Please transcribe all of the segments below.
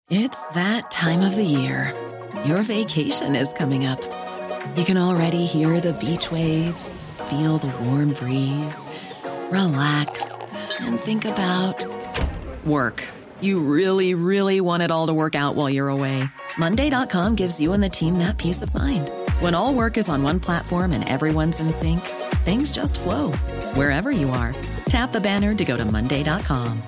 It's that time of the year. Your vacation is coming up. You can already hear the beach waves, feel the warm breeze, relax, and think about work. You really, really want it all to work out while you're away. Monday.com gives you and the team that peace of mind. When all work is on one platform and everyone's in sync, things just flow. Wherever you are, tap the banner to go to Monday.com.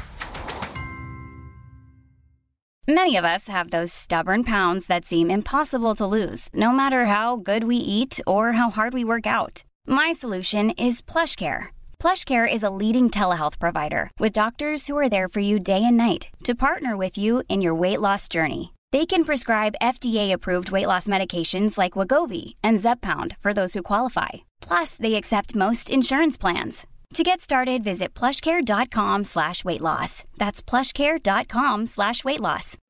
Many of us have those stubborn pounds that seem impossible to lose, no matter how good we eat or how hard we work out. My solution is PlushCare. PlushCare is a leading telehealth provider with doctors who are there for you day and night to partner with you in your weight loss journey. They can prescribe FDA-approved weight loss medications like Wegovy and Zepbound for those who qualify. Plus, they accept most insurance plans. To get started, visit plushcare.com/weightloss. That's plushcare.com/weightloss.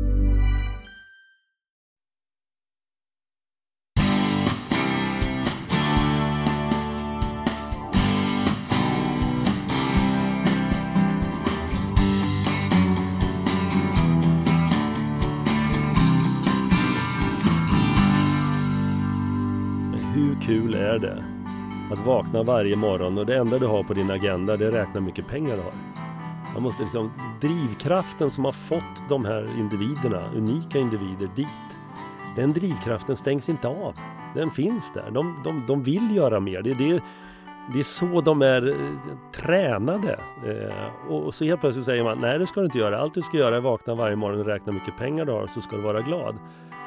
Hur kul är det att vakna varje morgon och det enda du har på din agenda, det räknar mycket pengar du har. Man måste liksom, drivkraften som har fått de här individerna, unika individer dit, den drivkraften stängs inte av. Den finns där. De vill göra mer. Det är så de är tränade. Och så helt plötsligt säger man, nej det ska du inte göra. Allt du ska göra är vakna varje morgon och räkna mycket pengar du har, så ska du vara glad.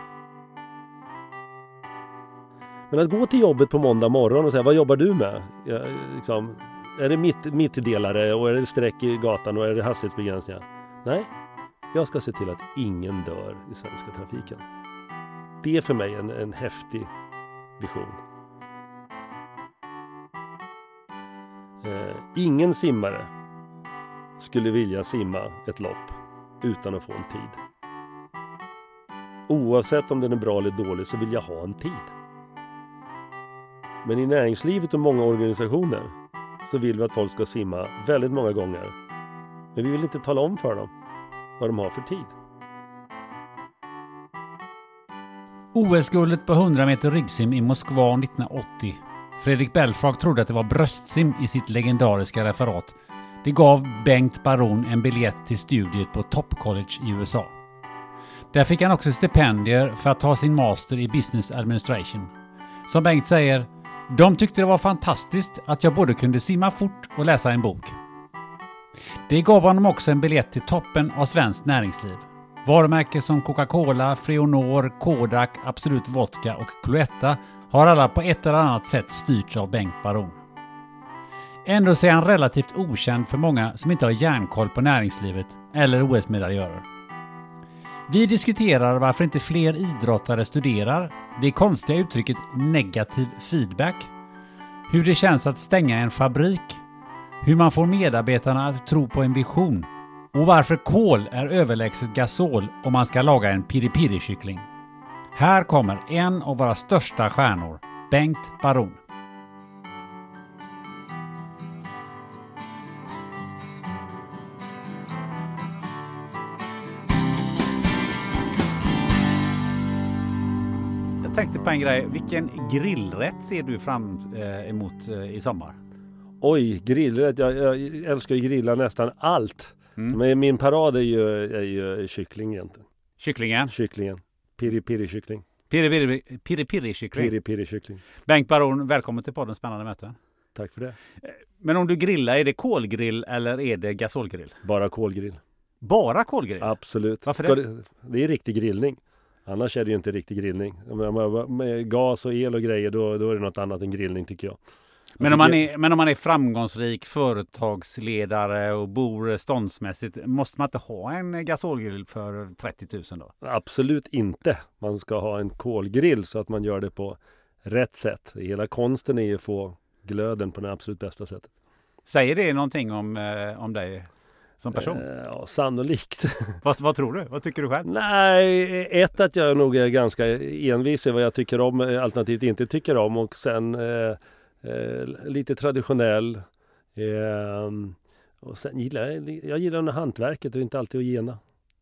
Men att gå till jobbet på måndag morgon och säga, vad jobbar du med? Är det mittdelare och är det streck i gatan och är det hastighetsbegränsningar? Nej, jag ska se till att ingen dör i svenska trafiken. Det är för mig en häftig vision. Ingen simmare skulle vilja simma ett lopp utan att få en tid. Oavsett om den är bra eller dålig så vill jag ha en tid. Men i näringslivet och många organisationer så vill vi att folk ska simma väldigt många gånger. Men vi vill inte tala om för dem vad de har för tid. OS-guldet på 100 meter ryggsim i Moskva 1980. Fredrik Belfrage trodde att det var bröstsim i sitt legendariska referat. Det gav Bengt Baron en biljett till studiet på Top College i USA. Där fick han också stipendier för att ta sin master i business administration. Som Bengt säger, de tyckte det var fantastiskt att jag både kunde simma fort och läsa en bok. Det gav honom också en biljett till toppen av svenskt näringsliv. Varumärken som Coca-Cola, Freonor, Kodak, Absolut Vodka och Cloetta har alla på ett eller annat sätt styrts av Bengt Baron. Ändå så är han relativt okänd för många som inte har järnkoll på näringslivet eller OS-medaljörer. Vi diskuterar varför inte fler idrottare studerar, det konstiga uttrycket negativ feedback, hur det känns att stänga en fabrik, hur man får medarbetarna att tro på en vision och varför kol är överlägset gasol om man ska laga en piri-piri-kyckling. Här kommer en av våra största stjärnor, Bengt Baron. Jag tänkte på en grej. Vilken grillrätt ser du fram emot i sommar? Oj, grillrätt. Jag älskar att grilla nästan allt. Men min parad är ju kyckling egentligen. Kycklingen. Piri-piri-kyckling. Piri-piri-kyckling. Piri-piri-kyckling. Bengt Baron, välkommen till podden Spännande möten. Tack för det. Men om du grillar, är det kolgrill eller är det gasolgrill? Bara kolgrill. Bara kolgrill? Absolut. Varför det? Det är riktig grillning. Annars är det ju inte riktig grillning. Med gas och el och grejer, då är det något annat än grillning tycker jag. Men om man är framgångsrik företagsledare och bor ståndsmässigt, måste man inte ha en gasolgrill för 30 000 då? Absolut inte. Man ska ha en kolgrill så att man gör det på rätt sätt. Hela konsten är ju att få glöden på det absolut bästa sättet. Säger det någonting om dig som person? Ja, sannolikt. Vad tror du? Vad tycker du själv? Nej, att jag nog är ganska envis i vad jag tycker om, alternativt inte tycker om. Och sen lite traditionell. Och sen gillar jag hantverket och inte alltid att gena.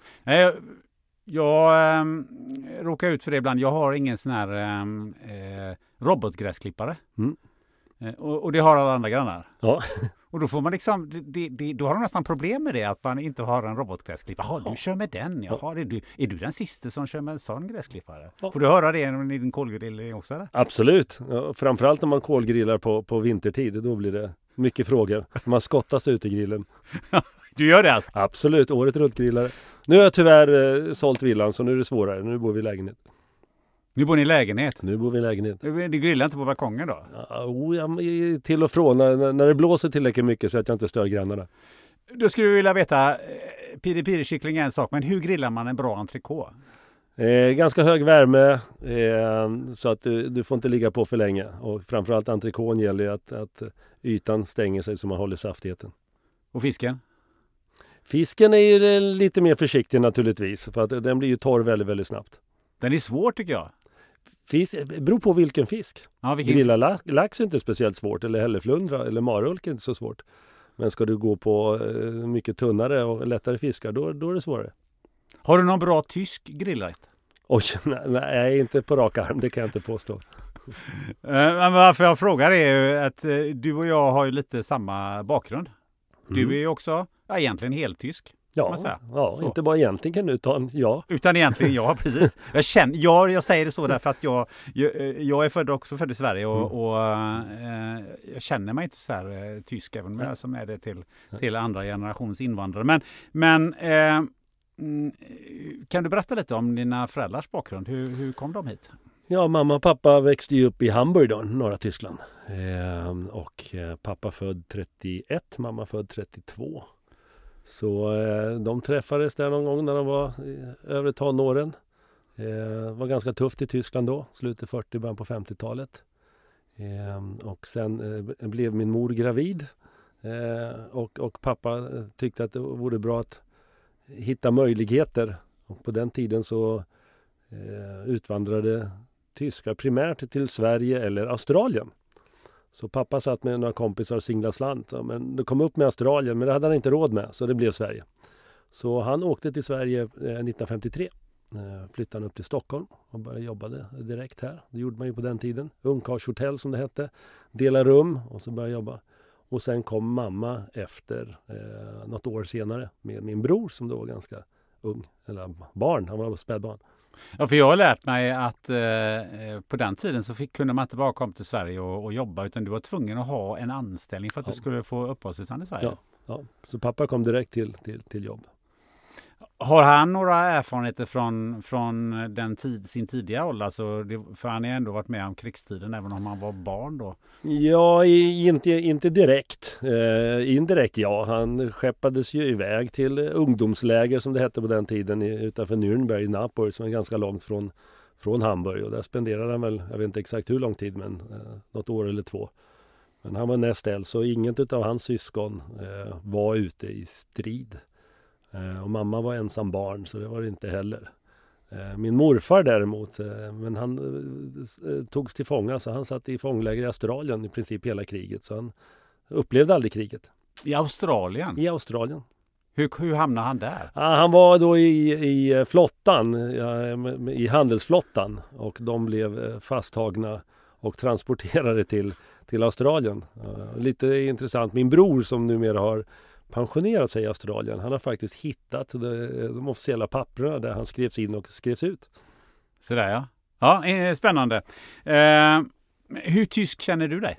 Jag råkar ut för det ibland. Jag har ingen sån här robotgräsklippare. Och det har alla andra grannar. Ja. Och då får man liksom, då har de nästan problem med det, att man inte har en robotgräsklippare. Jaha, du kör med den. Jaha, är du den sista som kör med en sån gräsklippare? Ja. Får du höra det i din kolgrill också, eller? Absolut. Ja, framförallt när man kolgrillar på vintertid. Då blir det mycket frågor. Man skottas ut i grillen. Du gör det alltså? Absolut, året runt grillare. Nu har jag tyvärr sålt villan, så nu är det svårare. Nu bor vi i lägenhet. Nu bor ni i lägenhet? Nu bor vi i lägenhet. Du grillar inte på balkongen då? Till och från. När det blåser tillräckligt mycket så att jag inte stör grannarna. Då skulle vi vilja veta, piri-piri-kyckling är en sak, men hur grillar man en bra entrecote? Ganska hög värme, så att du får inte ligga på för länge. Och framförallt entrecoten gäller ju att ytan stänger sig så man håller saftigheten. Och fisken? Fisken är ju lite mer försiktig naturligtvis, för att den blir ju torr väldigt, väldigt snabbt. Den är svår tycker jag. Beror på vilken fisk. Ja, Grilla lax är inte speciellt svårt, eller hälleflundra eller marulk är inte så svårt. Men ska du gå på mycket tunnare och lättare fiskar, då är det svårare. Har du någon bra tysk grillrätt? Oj, nej, inte på rak arm, det kan jag inte påstå. Men varför jag frågar är ju att du och jag har ju lite samma bakgrund. Du är ju också egentligen helt tysk. Ja, inte bara egentligen kan du ta en Utan egentligen ja, precis. Jag säger det så därför att jag är också född i Sverige och jag känner mig inte så här tysk, även om jag som är det till andra generations invandrare. Men kan du berätta lite om dina föräldrars bakgrund? Hur kom de hit? Ja, mamma och pappa växte ju upp i Hamburg då, norra Tyskland. Och pappa född 31, mamma född 32. Så de träffades där någon gång när de var över tonåren. Det var ganska tufft i Tyskland då, slutet 40, början på 50-talet. Och sen blev min mor gravid. Och pappa tyckte att det vore bra att hitta möjligheter. Och på den tiden så utvandrade tyskar primärt till Sverige eller Australien. Så pappa satt med några kompisar och singlade slant. Men det kom upp med Australien, men det hade han inte råd med. Så det blev Sverige. Så han åkte till Sverige 1953. Flyttade han upp till Stockholm och började jobba direkt här. Det gjorde man ju på den tiden. Ungkarlshotell som det hette. Dela rum och så började jobba. Och sen kom mamma efter något år senare med min bror som då var ganska ung. Eller barn, han var spädbarn. Ja, för jag har lärt mig att på den tiden så kunde man inte bara komma till Sverige och jobba, utan du var tvungen att ha en anställning för att du skulle få uppehållstillstånd i Sverige. Ja, så pappa kom direkt till jobb. Har han några erfarenheter från sin tidiga ålder? Alltså, för han har ändå varit med om krigstiden även om han var barn då. Ja, inte direkt. Indirekt ja. Han skeppades ju iväg till ungdomsläger som det hette på den tiden utanför Nürnberg i Napoleon som är ganska långt från Hamburg. Och där spenderade han väl, jag vet inte exakt hur lång tid, men något år eller 2. Men han var näst äldst, så inget av hans syskon var ute i strid. Och mamma var ensam barn, så det var det inte heller. Min morfar däremot, men han togs till fånga, så han satt i fångläger i Australien i princip hela kriget. Så han upplevde aldrig kriget. I Australien? I Australien. Hur hamnade han där? Han var då i flottan, i handelsflottan. Och de blev fasttagna och transporterade till Australien. Lite intressant, min bror som numera har pensionerat sig i Australien. Han har faktiskt hittat de officiella papperna där han skrevs in och skrevs ut. Så där ja. Ja, spännande. Hur tysk känner du dig?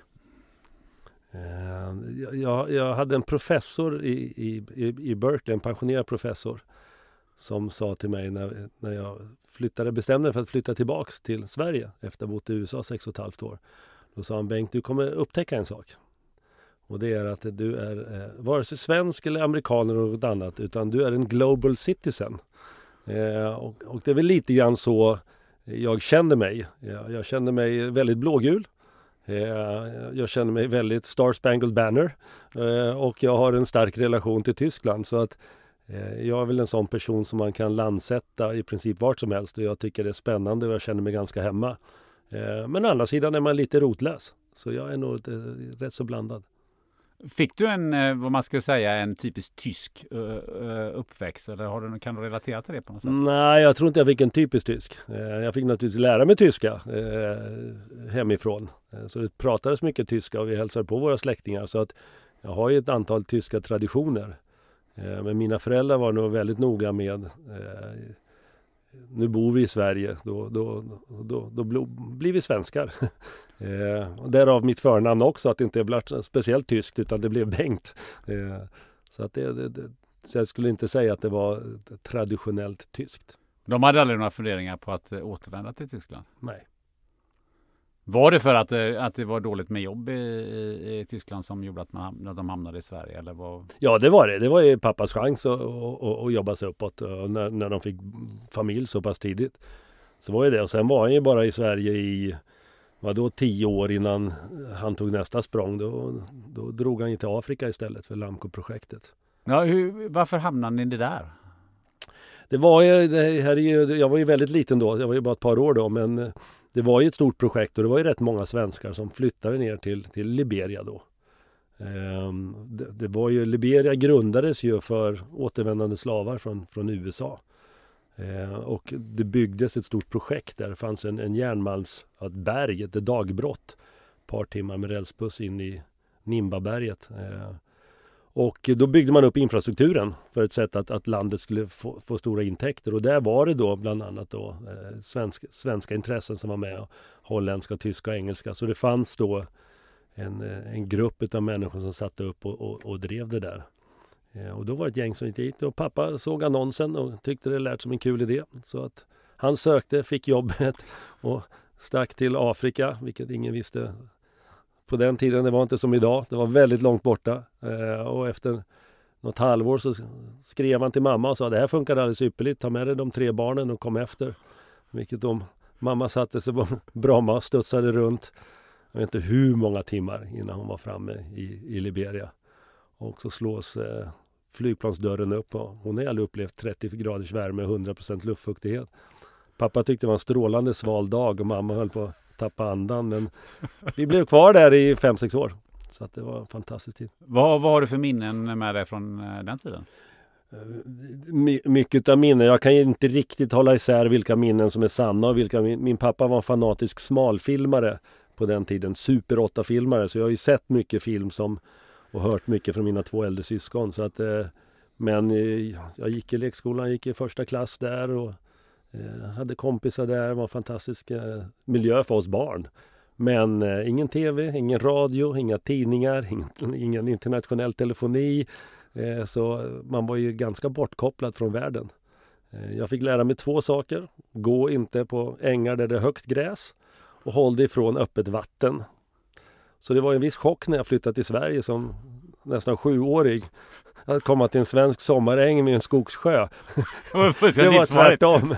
Jag hade en professor i Berkeley, en pensionerad professor, som sa till mig när jag bestämde mig för att flytta tillbaks till Sverige efter att ha bott i USA 6,5 år. Då sa han: Bengt, du kommer upptäcka en sak. Och det är att du är vare sig svensk eller amerikan eller något annat, utan du är en global citizen. Och det är väl lite grann så jag känner mig. Jag känner mig väldigt blågul. Jag känner mig väldigt Star Spangled Banner. Och jag har en stark relation till Tyskland. Så att jag är väl en sån person som man kan landsätta i princip vart som helst. Och jag tycker det är spännande och jag känner mig ganska hemma. Men å andra sidan är man lite rotlös. Så jag är nog rätt så blandad. Fick du vad man skulle säga, en typisk tysk uppväxt? Eller kan du relatera till det på något sätt? Nej, jag tror inte jag fick en typisk tysk. Jag fick naturligtvis lära mig tyska hemifrån. Så det pratades mycket tyska och vi hälsade på våra släktingar. Så att jag har ju ett antal tyska traditioner. Men mina föräldrar var nog väldigt noga med nu bor vi i Sverige, då blir vi svenskar. Och därav mitt förnamn också, att det inte blev speciellt tyskt utan det blev Bengt. Så att så jag skulle inte säga att det var traditionellt tyskt. De hade aldrig några funderingar på att återvända till Tyskland? Nej. Var det för att det var dåligt med jobb i Tyskland som gjorde att de hamnade i Sverige? Eller vad? Ja, det var det. Det var ju pappas chans att jobba sig uppåt när de fick familj så pass tidigt. Så var ju det. Och sen var han ju bara i Sverige i 10 år innan han tog nästa språng. Då drog han ju till Afrika istället för Lamco-projektet. Ja, varför hamnade ni där? Jag var ju väldigt liten då. Jag var ju bara ett par år då, men det var ju ett stort projekt och det var ju rätt många svenskar som flyttade ner till Liberia då. Det var ju, Liberia grundades ju för återvändande slavar från USA. Och det byggdes ett stort projekt där. Det fanns ett berg, ett dagbrott. Ett par timmar med rälsbuss in i Nimbaberget. Och då byggde man upp infrastrukturen för ett sätt att landet skulle få stora intäkter. Och där var det då bland annat då svenska intressen som var med. Holländska, tyska och engelska. Så det fanns då en grupp av människor som satte upp och drev det där. Och då var det ett gäng som gick dit. Och pappa såg annonsen och tyckte det lät som en kul idé. Så att han sökte, fick jobbet och stack till Afrika, vilket ingen visste. På den tiden, det var inte som idag. Det var väldigt långt borta. Och efter något halvår så skrev han till mamma och sa det här funkar alldeles ypperligt. Ta med dig de 3 barnen och kom efter. Vilket mamma satte sig på Bromma och studsade runt. Jag vet inte hur många timmar innan hon var framme i Liberia. Och så slås flygplansdörren upp. Och hon har aldrig upplevt 30 graders värme och 100% luftfuktighet. Pappa tyckte det var en strålande sval dag och mamma höll på att tappa andan. Men vi blev kvar där i 5-6 år. Så att det var en fantastisk tid. Vad har du för minnen med dig från den tiden? Mycket av minnen. Jag kan inte riktigt hålla isär vilka minnen som är sanna och vilka. Min pappa var en fanatisk smalfilmare på den tiden. Super 8-filmare. Så jag har ju sett mycket film och hört mycket från mina 2 äldre syskon. Så att, men jag gick i lekskolan, gick i första klass där och hade kompisar där. Det var en fantastisk miljö för oss barn. Men ingen tv, ingen radio, inga tidningar, ingen internationell telefoni. Så man var ju ganska bortkopplad från världen. Jag fick lära mig 2 saker. Gå inte på ängar där det är högt gräs och håll dig ifrån öppet vatten. Så det var en viss chock när jag flyttade till Sverige som nästan 7-årig. Att komma till en svensk sommaräng med en skogssjö. Det var tvärtom.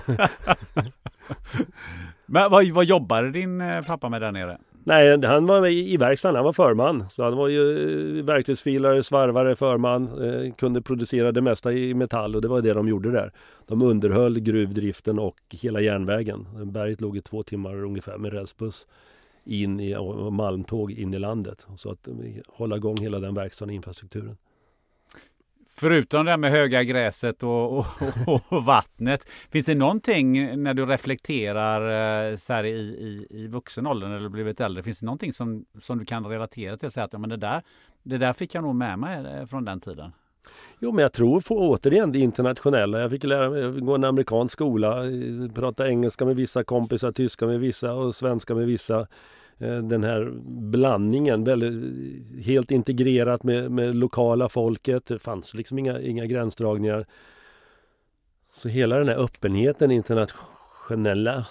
Men vad jobbade din pappa med där nere? Nej, han var med i verkstaden. Han var förman. Så han var ju verktygsfilare, svarvare, förman. Kunde producera det mesta i metall och det var det de gjorde där. De underhöll gruvdriften och hela järnvägen. Berget låg i 2 timmar ungefär med rälsbuss och malmtåg in i landet. Så att hålla igång hela den verkstaden och infrastrukturen. Förutom det med höga gräset och vattnet, finns det någonting när du reflekterar så här i vuxen ålder eller blivit äldre, finns det någonting som du kan relatera till och säga att ja, men det där fick jag nog med mig från den tiden? Jo, men jag tror återigen det internationella. Jag fick lära mig gå en amerikansk skola, prata engelska med vissa kompisar, tyska med vissa och svenska med vissa. Den här blandningen, väldigt, helt integrerat med lokala folket. Det fanns liksom inga gränsdragningar. Så hela den här öppenheten internationella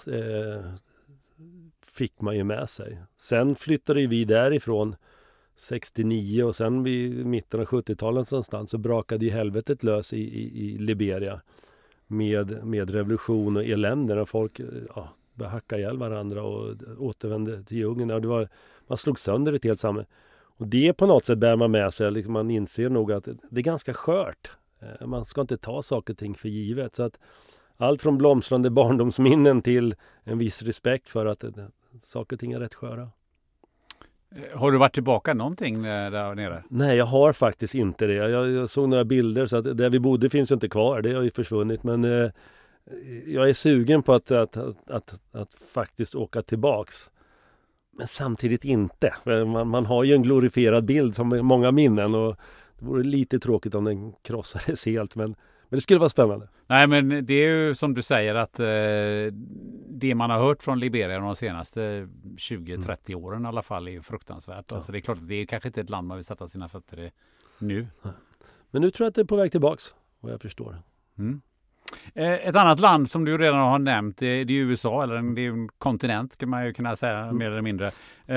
fick man ju med sig. Sen flyttade vi därifrån 69 och sen vid mitten av 70-talet någonstans så brakade ju helvetet lös i Liberia med revolution och elände och folk hacka ihjäl varandra och återvände till djungeln. Man slog sönder ett helt samhälle. Och det på något sätt bär man med sig. Liksom man inser nog att det är ganska skört. Man ska inte ta saker och ting för givet. Så att allt från blomstrande barndomsminnen till en viss respekt för att saker och ting är rätt sköra. Har du varit tillbaka någonting där nere? Nej, jag har faktiskt inte det. Jag såg några bilder så att där vi bodde finns ju inte kvar. Det har ju försvunnit. Men jag är sugen på att faktiskt åka tillbaks. Men samtidigt inte. Man har ju en glorifierad bild som många minnen och det vore lite tråkigt om den krossades helt. Men det skulle vara spännande. Nej, men det är ju som du säger att det man har hört från Liberia de senaste 20-30 åren i alla fall är ju fruktansvärt. Ja. Alltså det är klart att det är kanske inte ett land man vill sätta sina fötter i nu. Men nu tror jag att det är på väg tillbaks, vad jag förstår. Mm. Ett annat land som du redan har nämnt det är USA, eller det är en kontinent kan man ju kunna säga mer eller mindre.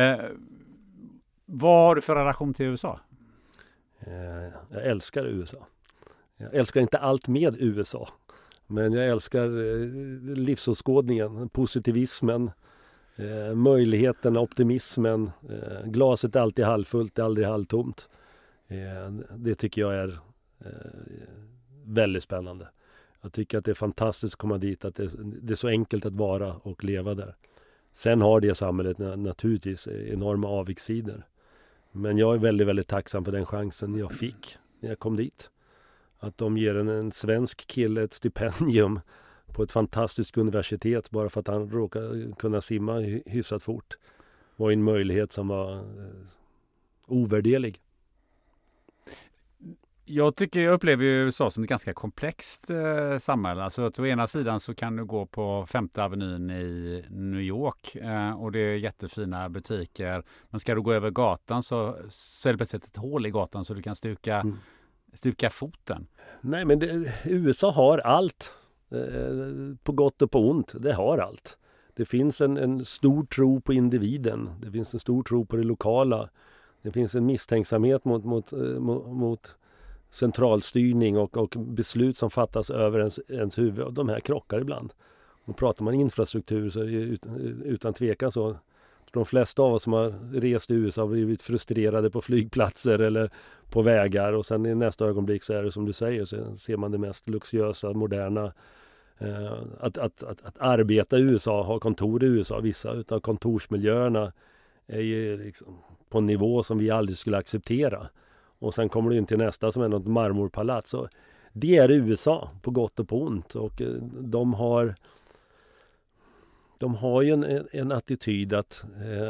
Vad har du för relation till USA? Jag älskar USA. Jag älskar inte allt med USA. Men jag älskar livsåskådningen, positivismen, möjligheten, optimismen. Glaset är alltid halvfullt, det är aldrig halvtomt. Det tycker jag är väldigt spännande. Jag tycker att det är fantastiskt att komma dit, att det är så enkelt att vara och leva där. Sen har det samhället naturligtvis enorma avigsidor. Men jag är väldigt, väldigt tacksam för den chansen jag fick när jag kom dit. Att de ger en svensk kille ett stipendium på ett fantastiskt universitet bara för att han råkar kunna simma hyfsat fort. Var en möjlighet som var ovärderlig. Jag upplever ju USA som ett ganska komplext samhälle. Alltså att å ena sidan så kan du gå på 5:e Avenyn i New York och det är jättefina butiker. Men ska du gå över gatan så är det plötsligt ett hål i gatan så du kan stuka foten. Nej, men USA har allt. På gott och på ont. Det har allt. Det finns en stor tro på individen. Det finns en stor tro på det lokala. Det finns en misstänksamhet mot centralstyrning och beslut som fattas över ens huvud. Och de här krockar ibland. Och pratar man infrastruktur så är det utan tvekan så. De flesta av oss som har rest i USA har blivit frustrerade på flygplatser eller på vägar. Och sen i nästa ögonblick så är det som du säger, så ser man det mest luxuösa, moderna. Att arbeta i USA, ha kontor i USA. Vissa utav kontorsmiljöerna är ju liksom på en nivå som vi aldrig skulle acceptera. Och sen kommer du in till nästa som är något marmorpalats. Så det är USA på gott och på ont. Och de har ju en attityd att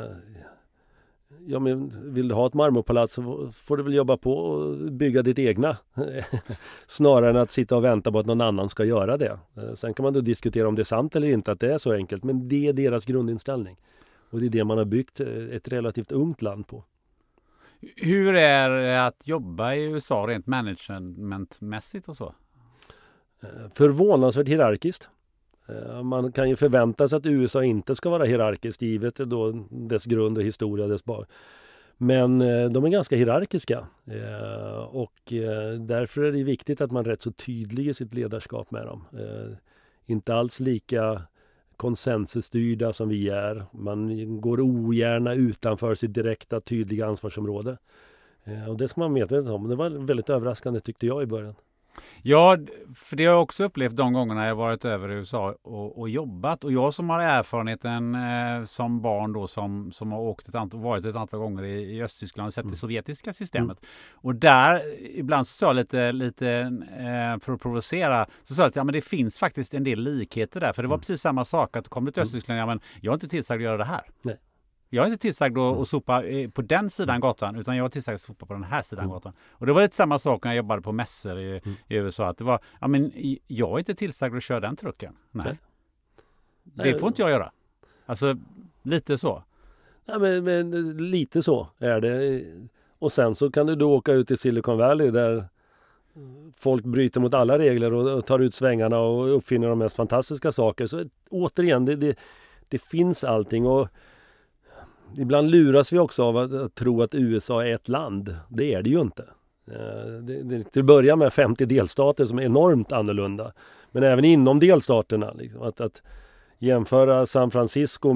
vill du ha ett marmorpalats så får du väl jobba på och bygga ditt egna. Snarare än att sitta och vänta på att någon annan ska göra det. Sen kan man då diskutera om det är sant eller inte att det är så enkelt. Men det är deras grundinställning. Och det är det man har byggt ett relativt ungt land på. Hur är det att jobba i USA rent managementmässigt och så? Förvånansvärt hierarkiskt. Man kan ju förvänta sig att USA inte ska vara hierarkiskt givet då dess grund och historia. Men de är ganska hierarkiska och därför är det viktigt att man är rätt så tydlig i sitt ledarskap med dem. Inte alls lika konsensusstyrda som vi är. Man går ogärna utanför sitt direkta tydliga ansvarsområde. Och det ska man veta om. Det var väldigt överraskande tyckte jag i början. Ja, för det har jag också upplevt de gångerna jag varit över i USA och jobbat. Och jag som har erfarenheten som barn då som har varit ett antal gånger i Östtyskland och sett det sovjetiska systemet. Och där, ibland så sa jag lite för att provocera, så sa jag att ja, men det finns faktiskt en del likheter där. För det var precis samma sak att kom du till Östtyskland, ja men jag är inte tillsagd att göra det här. Nej. Jag är inte tillsagd att sopa på den sidan gatan utan jag var tillsagd att sopa på den här sidan gatan. Och det var lite samma sak när jag jobbade på mässor i USA. Att det var, ja men jag är inte tillsagd att köra den trucken. Nej. Det får inte jag göra. Alltså lite så. Ja, men lite så är det. Och sen så kan du då åka ut i Silicon Valley där folk bryter mot alla regler och tar ut svängarna och uppfinner de mest fantastiska saker. Så återigen, det finns allting och ibland luras vi också av att tro att USA är ett land. Det är det ju inte. Till att börja med 50 delstater som är enormt annorlunda. Men även inom delstaterna. Liksom, att jämföra San Francisco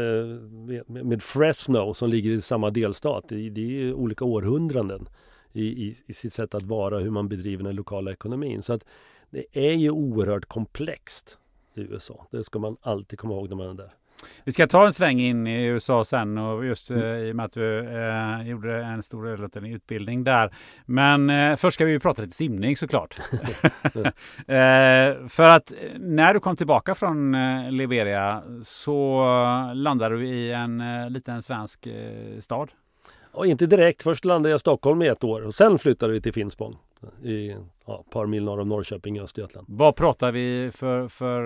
med Fresno som ligger i samma delstat. Det är olika århundraden i sitt sätt att vara, hur man bedriver den lokala ekonomin. Så att det är ju oerhört komplext i USA. Det ska man alltid komma ihåg när man är där. Vi ska ta en sväng in i USA sen och just i och med att du gjorde en stor del av din utbildning där. Men först ska vi ju prata lite simning såklart. För att när du kom tillbaka från Liberia så landade du i en liten svensk stad. Och inte direkt. Först landade jag i Stockholm i 1 år och sen flyttade vi till Finspång i ett par mil norr om Norrköping i Östergötland. Vad pratar vi för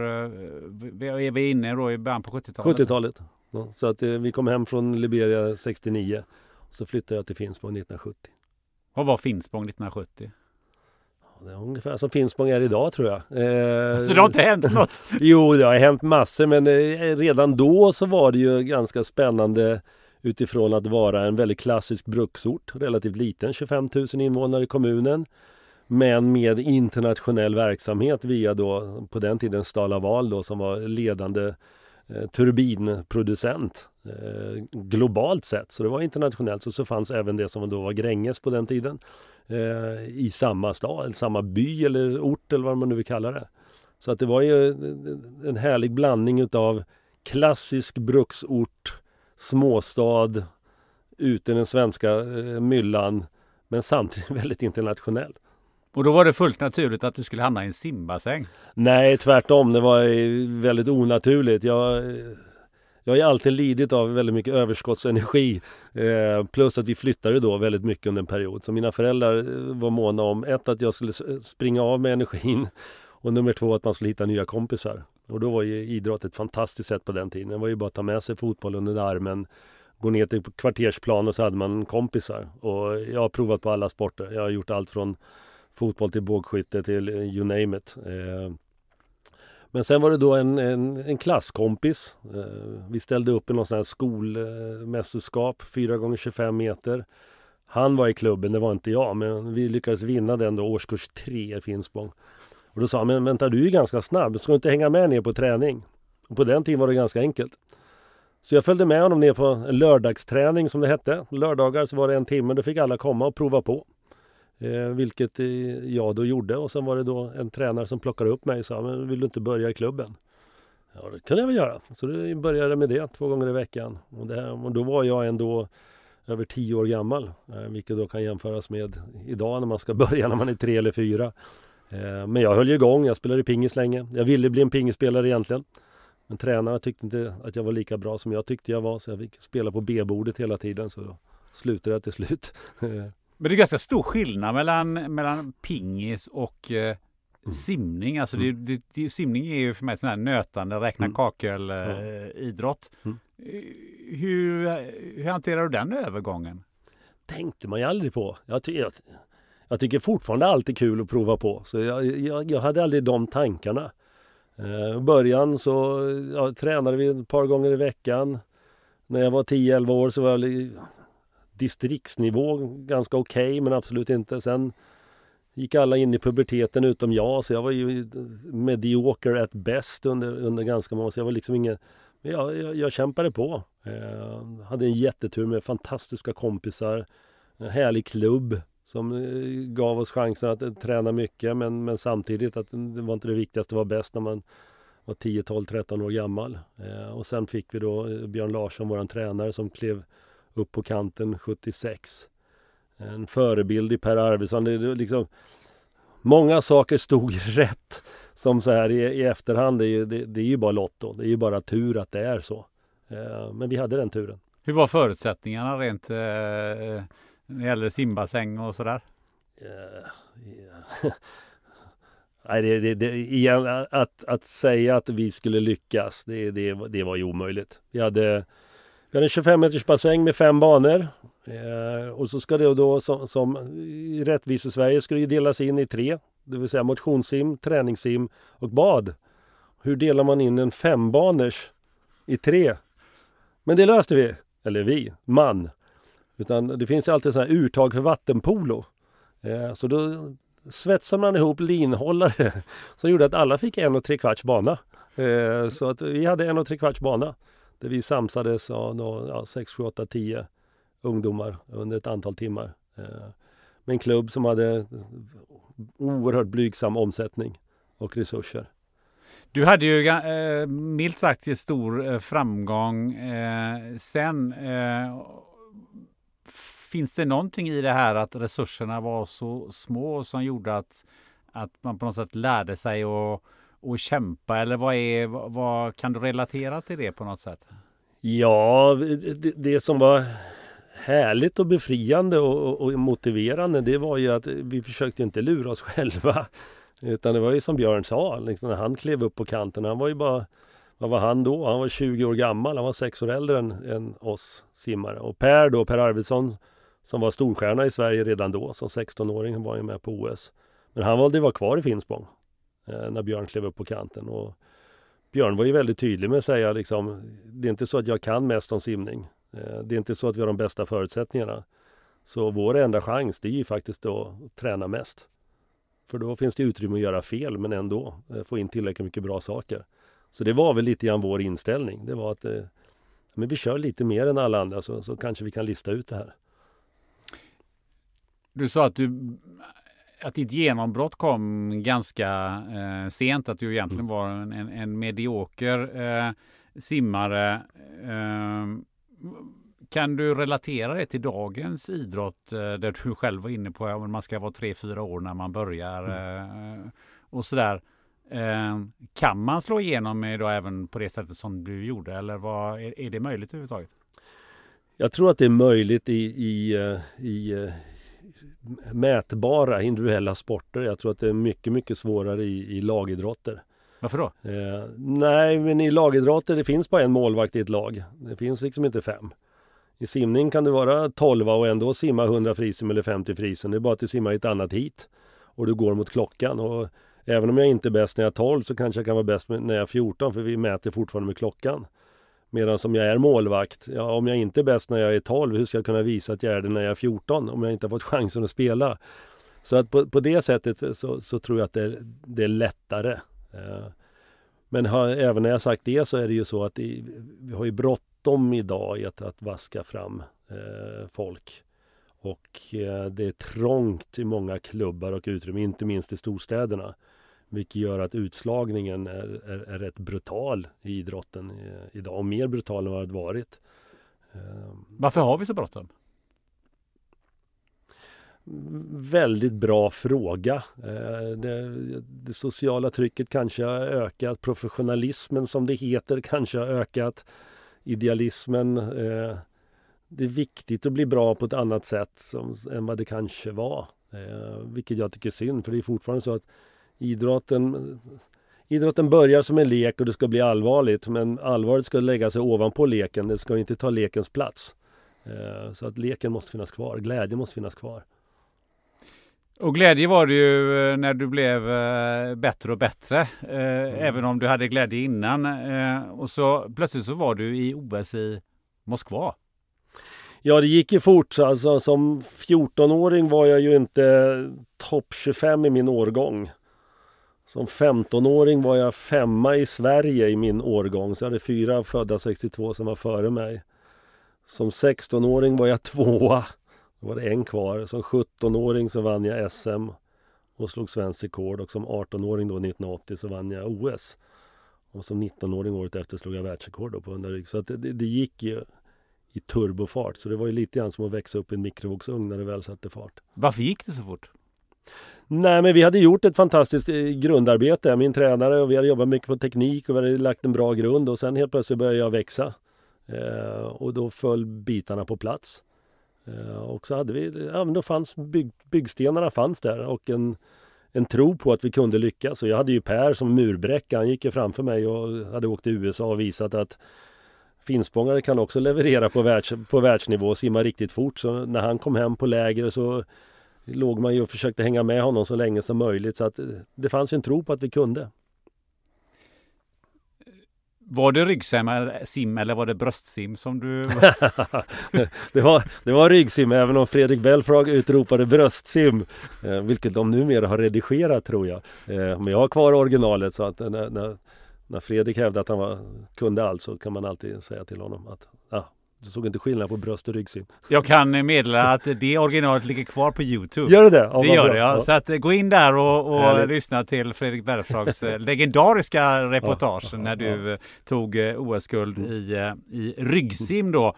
är vi inne då i början på 70-talet? 70-talet. Ja, så att vi kom hem från Liberia 69 så flyttade jag till Finspång 1970. Vad var Finspång 1970? Det är ungefär som Finspång är idag tror jag. Så det har inte hänt något? Jo, det har hänt massor men redan då så var det ju ganska spännande utifrån att vara en väldigt klassisk bruksort, relativt liten, 25 000 invånare i kommunen, men med internationell verksamhet via då på den tiden Stal-Laval då som var ledande turbinproducent globalt sett. Så det var internationellt. Så fanns även det som då var Gränges på den tiden i samma stad, samma by eller ort eller vad man nu vill kalla det. Så att det var ju en härlig blandning utav klassisk bruksort, småstad, ute i den svenska myllan, men samtidigt väldigt internationell. Och då var det fullt naturligt att du skulle hamna i en simbassäng? Nej, tvärtom. Det var väldigt onaturligt. Jag har ju alltid lidit av väldigt mycket överskottsenergi. Plus att vi flyttade då väldigt mycket under en period. Så mina föräldrar var måna om att jag skulle springa av med energin. Och nummer 2 att man skulle hitta nya kompisar. Och då var ju idrott ett fantastiskt sätt på den tiden. Det var ju bara att ta med sig fotboll under armen. Gå ner till kvartersplan och så hade man kompisar. Och jag har provat på alla sporter. Jag har gjort allt från fotboll till bågskytte till you name it. Men sen var det då en klasskompis. Vi ställde upp i någon sån här skolmästerskap 4x25 meter. Han var i klubben, det var inte jag. Men vi lyckades vinna den då årskurs 3 i Finspång. Och då sa han, men vänta, du är ju ganska snabb. Ska du inte hänga med ner på träning? Och på den tiden var det ganska enkelt. Så jag följde med honom ner på en lördagsträning som det hette. Lördagar så var det 1 timme, då fick alla komma och prova på. Vilket jag då gjorde. Och sen var det då en tränare som plockade upp mig och sa, men vill du inte börja i klubben? Ja, det kunde jag väl göra. Så då började jag med det 2 gånger i veckan. Och då var jag ändå över 10 år gammal. Vilket då kan jämföras med idag när man ska börja när man är 3 eller 4. Men jag höll ju igång, jag spelade pingis länge. Jag ville bli en pingisspelare egentligen. Men tränarna tyckte inte att jag var lika bra som jag tyckte jag var. Så jag fick spela på B-bordet hela tiden. Så då slutade jag till slut. Men det är ganska stor skillnad mellan pingis och simning. Alltså simning är ju för mig sån här nötande, räkna kakel idrott. Hur hanterar du den övergången? Tänkte man ju aldrig på. Jag tycker fortfarande allt är kul att prova på. Så jag hade aldrig de tankarna. I början så tränade vi ett par gånger i veckan. När jag var 10-11 år så var jag distriktsnivå ganska okej, men absolut inte. Sen gick alla in i puberteten utom jag, så jag var ju mediocre at best under ganska många år. Så jag var liksom ingen... Jag kämpade på. Hade en jättetur med fantastiska kompisar. En härlig klubb som gav oss chansen att träna mycket, men samtidigt att det var inte det viktigaste att vara bäst när man var 10, 12, 13 år gammal. Och sen fick vi då Björn Larsson, våran tränare, som klev upp på kanten 76. En förebild i Per Arvidsson. Det är liksom, många saker stod rätt som så här i efterhand. Det är ju bara lotto. Det är ju bara tur att det är så. Men vi hade den turen. Hur var förutsättningarna rent när det gäller simbassäng och sådär? Nej, att säga att vi skulle lyckas, det var ju omöjligt. Vi hade en 25 meters bassäng med 5 banor. Och så ska det då som i rättvis i Sverige ska det delas in i 3. Det vill säga motionssim, träningssim och bad. Hur delar man in en 5-baners i 3? Men det löste vi. Eller man. Utan det finns ju alltid sådana här urtag för vattenpolo. Så då svetsar man ihop linhållare. Så gjorde att alla fick 1 3/4 bana. Så att vi hade 1 3/4 bana. Där vi samsades 6, 7, 8, 10 ungdomar under ett antal timmar. Med en klubb som hade oerhört blygsam omsättning och resurser. Du hade ju milt sagt stor framgång sen. Finns det någonting i det här att resurserna var så små som gjorde att man på något sätt lärde sig att kämpa? Eller vad kan du relatera till det på något sätt? Ja, det som var härligt och befriande och motiverande, det var ju att vi försökte inte lura oss själva. Utan det var ju som Björn sa, liksom, när han klev upp på kanten, han var ju bara, vad var han då? Han var 20 år gammal, han var 6 år äldre än oss simmare. Och Per Arvidsson, som var storstjärna i Sverige redan då, som 16-åring, var ju med på OS. Men han valde att vara kvar i Finspång när Björn klev upp på kanten. Och Björn var ju väldigt tydlig med att säga, liksom, det är inte så att jag kan mest om simning. Det är inte så att vi har de bästa förutsättningarna. Så vår enda chans, det är ju faktiskt att träna mest. För då finns det utrymme att göra fel, men ändå få in tillräckligt mycket bra saker. Så det var väl lite grann vår inställning. Det var att men vi kör lite mer än alla andra, så kanske vi kan lista ut det här. Du sa att ditt genombrott kom ganska sent, att du egentligen var en medioker simmare. Kan du relatera det till dagens idrott där du själv var inne på att man ska vara 3-4 år när man börjar och sådär? Kan man slå igenom idag även på det sättet som du gjorde, eller är det möjligt överhuvudtaget? Jag tror att det är möjligt i mätbara individuella sporter. Jag tror att det är mycket, mycket svårare i lagidrotter. Varför då? Nej, men i lagidrotter det finns bara en målvakt i ett lag. Det finns liksom inte 5. I simning kan du vara 12 och ändå simma 100 frisim eller 50 frisim. Det är bara att du simmar i ett annat hit och du går mot klockan. Och även om jag inte är bäst när jag är 12 så kanske jag kan vara bäst när jag är 14, för vi mäter fortfarande med klockan. Medan som jag är målvakt, om jag inte är bäst när jag är 12, hur ska jag kunna visa att jag är det när jag är 14 om jag inte har fått chansen att spela? Så att på det sättet så tror jag att det är lättare. Men även när jag sagt det så är det ju så att vi har ju bråttom idag i att vaska fram folk. Och det är trångt i många klubbar och utrymme, inte minst i storstäderna. Vilket gör att utslagningen är rätt brutal i idrotten idag. Och mer brutal än vad det varit. Varför har vi så bråttom? Väldigt bra fråga. Det sociala trycket kanske har ökat. Professionalismen som det heter kanske har ökat. Idealismen. Det är viktigt att bli bra på ett annat sätt än vad det kanske var. Vilket jag tycker är synd. För det är fortfarande så att idrotten börjar som en lek och det ska bli allvarligt. Men allvaret ska lägga sig ovanpå leken. Det ska inte ta lekens plats. Så att leken måste finnas kvar. Glädje måste finnas kvar. Och glädje var det ju när du blev bättre och bättre. Även om du hade glädje innan. Och så plötsligt så var du i OS i Moskva. Ja, det gick ju fort. Alltså, som 14-åring var jag ju inte topp 25 i min årgång. Som 15-åring var jag 5:a i Sverige i min årgång. Så jag hade 4 födda 62 som var före mig. Som 16-åring var jag 2:a. Då var det en kvar. Som 17-åring så vann jag SM och slog svensk rekord. Och som 18-åring då 1980 så vann jag OS. Och som 19-åring året efter slog jag världsrekord då på 100 rygg. Så att det gick ju i turbofart. Så det var ju lite grann som att växa upp i en mikrovågsugn när det väl satte fart. Varför gick det så fort? Nej, men vi hade gjort ett fantastiskt grundarbete. Min tränare och vi hade jobbat mycket på teknik och vi hade lagt en bra grund. Och sen helt plötsligt började jag växa. Och då föll bitarna på plats. Och så hade vi, då fanns byggstenarna fanns där och en tro på att vi kunde lyckas. Och jag hade ju Per som murbräcka, han gick ju framför mig och hade åkt till USA och visat att finspångare kan också leverera på världsnivå och simma riktigt fort. Så när han kom hem på läger så låg man ju och försökte hänga med honom så länge som möjligt. Så att det fanns en tro på att vi kunde. Var det ryggsim eller var det bröstsim som du... det var ryggsim, även om Fredrik Belfrage utropade bröstsim. Vilket de numera har redigerat, tror jag. Men jag har kvar originalet, så att när Fredrik hävdade att han kunde allt, så kan man alltid säga till honom att Du såg inte skillnad på bröst och ryggsim. Jag kan meddela att det originalet ligger kvar på YouTube. Gör det? Ja, det gör det, ja. Så att gå in där och lyssna till Fredrik Belfrags legendariska reportage när du tog OS-guld i ryggsim då.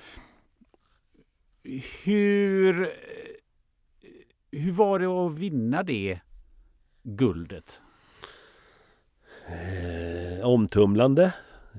Hur var det att vinna det guldet? Omtumlande.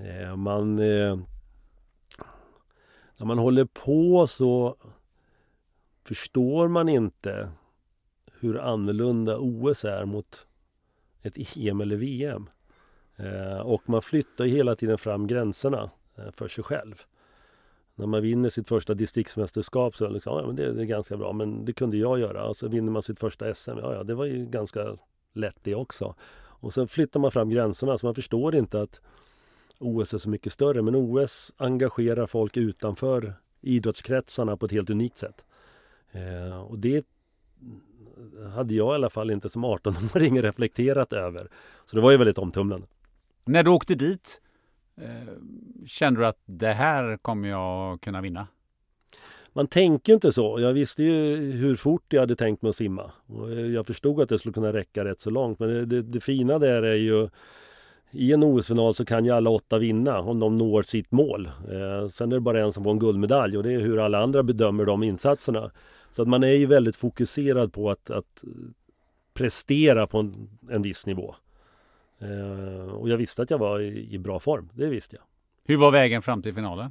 När man håller på så förstår man inte hur annorlunda OS är mot ett EM eller VM. Och man flyttar hela tiden fram gränserna för sig själv. När man vinner sitt första distriktsmästerskap så men det är ganska bra, men det kunde jag göra. Och så vinner man sitt första SM, det var ju ganska lätt det också. Och så flyttar man fram gränserna så man förstår inte att OS är så mycket större. Men OS engagerar folk utanför idrottskretsarna på ett helt unikt sätt. Och det hade jag i alla fall inte som 18-åring reflekterat över. Så det var ju väldigt omtumlande. När du åkte dit, kände du att det här kommer jag kunna vinna? Man tänker inte så. Jag visste ju hur fort jag hade tänkt mig att simma. Och jag förstod att det skulle kunna räcka rätt så långt. Men det fina där är ju, i en OS-final så kan ju alla 8 vinna om de når sitt mål. Sen är det bara en som får en guldmedalj och det är hur alla andra bedömer de insatserna. Så att man är ju väldigt fokuserad på att prestera på en viss nivå. Och jag visste att jag var i bra form, det visste jag. Hur var vägen fram till finalen?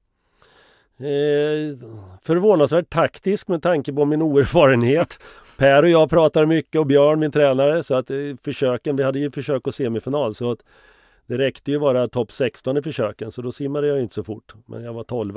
Förvånansvärt taktisk med tanke på min oerfarenhet. Per och jag pratar mycket och Björn, min tränare, så att vi hade ju försök och semifinal, så att det räckte ju bara topp 16 i försöken, så då simmade jag inte så fort, men jag var 12.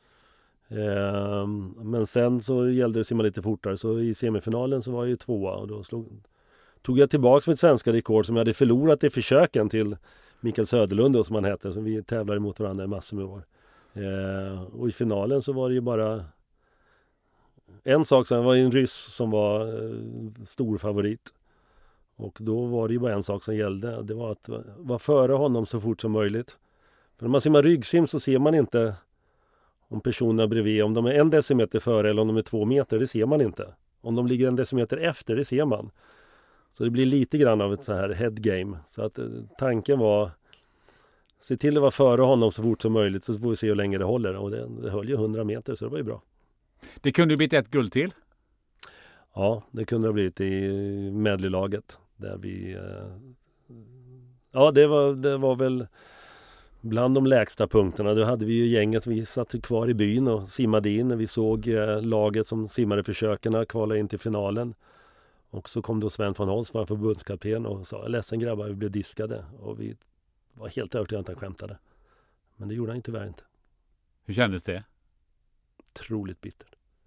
Men sen så gällde det att simma lite fortare, så i semifinalen så var jag ju 2 och då tog jag tillbaka mitt svenska rekord som jag hade förlorat i försöken till Mikael Söderlund då, som han hette, som vi tävlar emot varandra i massor med år. Och i finalen så var det ju bara en sak, som var en ryss som var stor favorit. Och då var det ju bara en sak som gällde. Det var att vara före honom så fort som möjligt. För när man simmar ryggsim så ser man inte om personerna bredvid, om de är 1 decimeter före eller om de är 2 meter, det ser man inte. Om de ligger 1 decimeter efter, det ser man. Så det blir lite grann av ett så här head game. Så att tanken var, se till att vara före honom så fort som möjligt, så får vi se hur länge det håller. Och det höll ju 100 meter, så det var ju bra. Det kunde ju blivit ett guld till. Ja, det kunde ha blivit i medleylaget. Där vi... Ja, det var väl bland de lägsta punkterna. Då hade vi ju gänget, vi satt kvar i byn och simmade in. När vi såg laget som simmade försökerna kvala in till finalen. Och så kom då Sven von Holst, vår förbundskapten, och sa, ledsen grabbar, vi blev diskade. Och vi var helt övertygade att han skämtade. Men det gjorde han tyvärr inte. Hur kändes det? Otroligt bittert.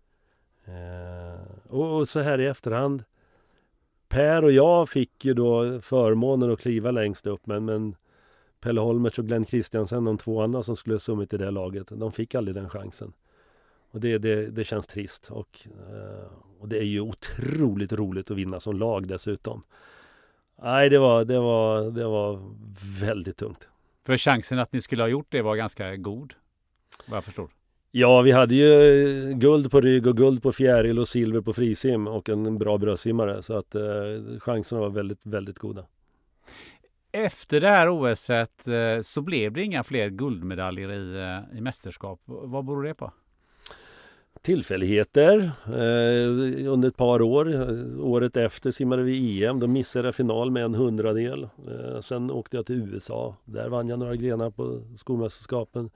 Och så här i efterhand, Per och jag fick ju då förmånen att kliva längst upp, men Pelle Holmertz och Glenn Christiansen, de 2 andra som skulle ha summit i det laget, de fick aldrig den chansen. Och det känns trist. Och det är ju otroligt roligt att vinna som lag dessutom. Nej, det var väldigt tungt. För chansen att ni skulle ha gjort det var ganska god, vad jag förstår. Ja, vi hade ju guld på rygg och guld på fjäril och silver på frisim och en bra bröstsimmare. Så att chanserna var väldigt, väldigt goda. Efter det här OS-et så blev det inga fler guldmedaljer i mästerskap. Vad beror det på? Tillfälligheter. Under ett par år. Året efter simmade vi EM. Då missade jag final med 100-del. Sen åkte jag till USA. Där vann jag några grenar på skolmästerskapen.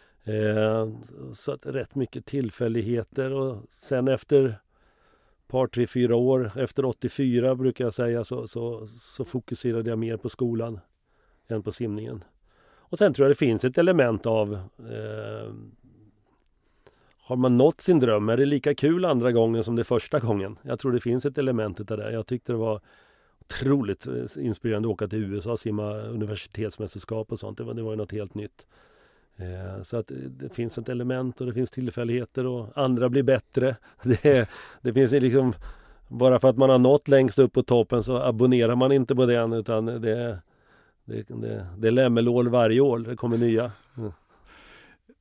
Så att rätt mycket tillfälligheter. Och sen efter par, 3, 4 år, efter 84 brukar jag säga, så fokuserade jag mer på skolan än på simningen. Och sen tror jag det finns ett element av har man nått sin dröm, är det lika kul andra gången som det första gången? Jag tror det finns ett element av det. Jag tyckte det var otroligt inspirerande att åka till USA och simma universitetsmästerskap och sånt. Det var ju något helt nytt. Så att det finns ett element och det finns tillfälligheter och andra blir bättre. Det finns liksom, bara för att man har nått längst upp på toppen så abonnerar man inte på den, utan det är lämmelår varje år. Det kommer nya.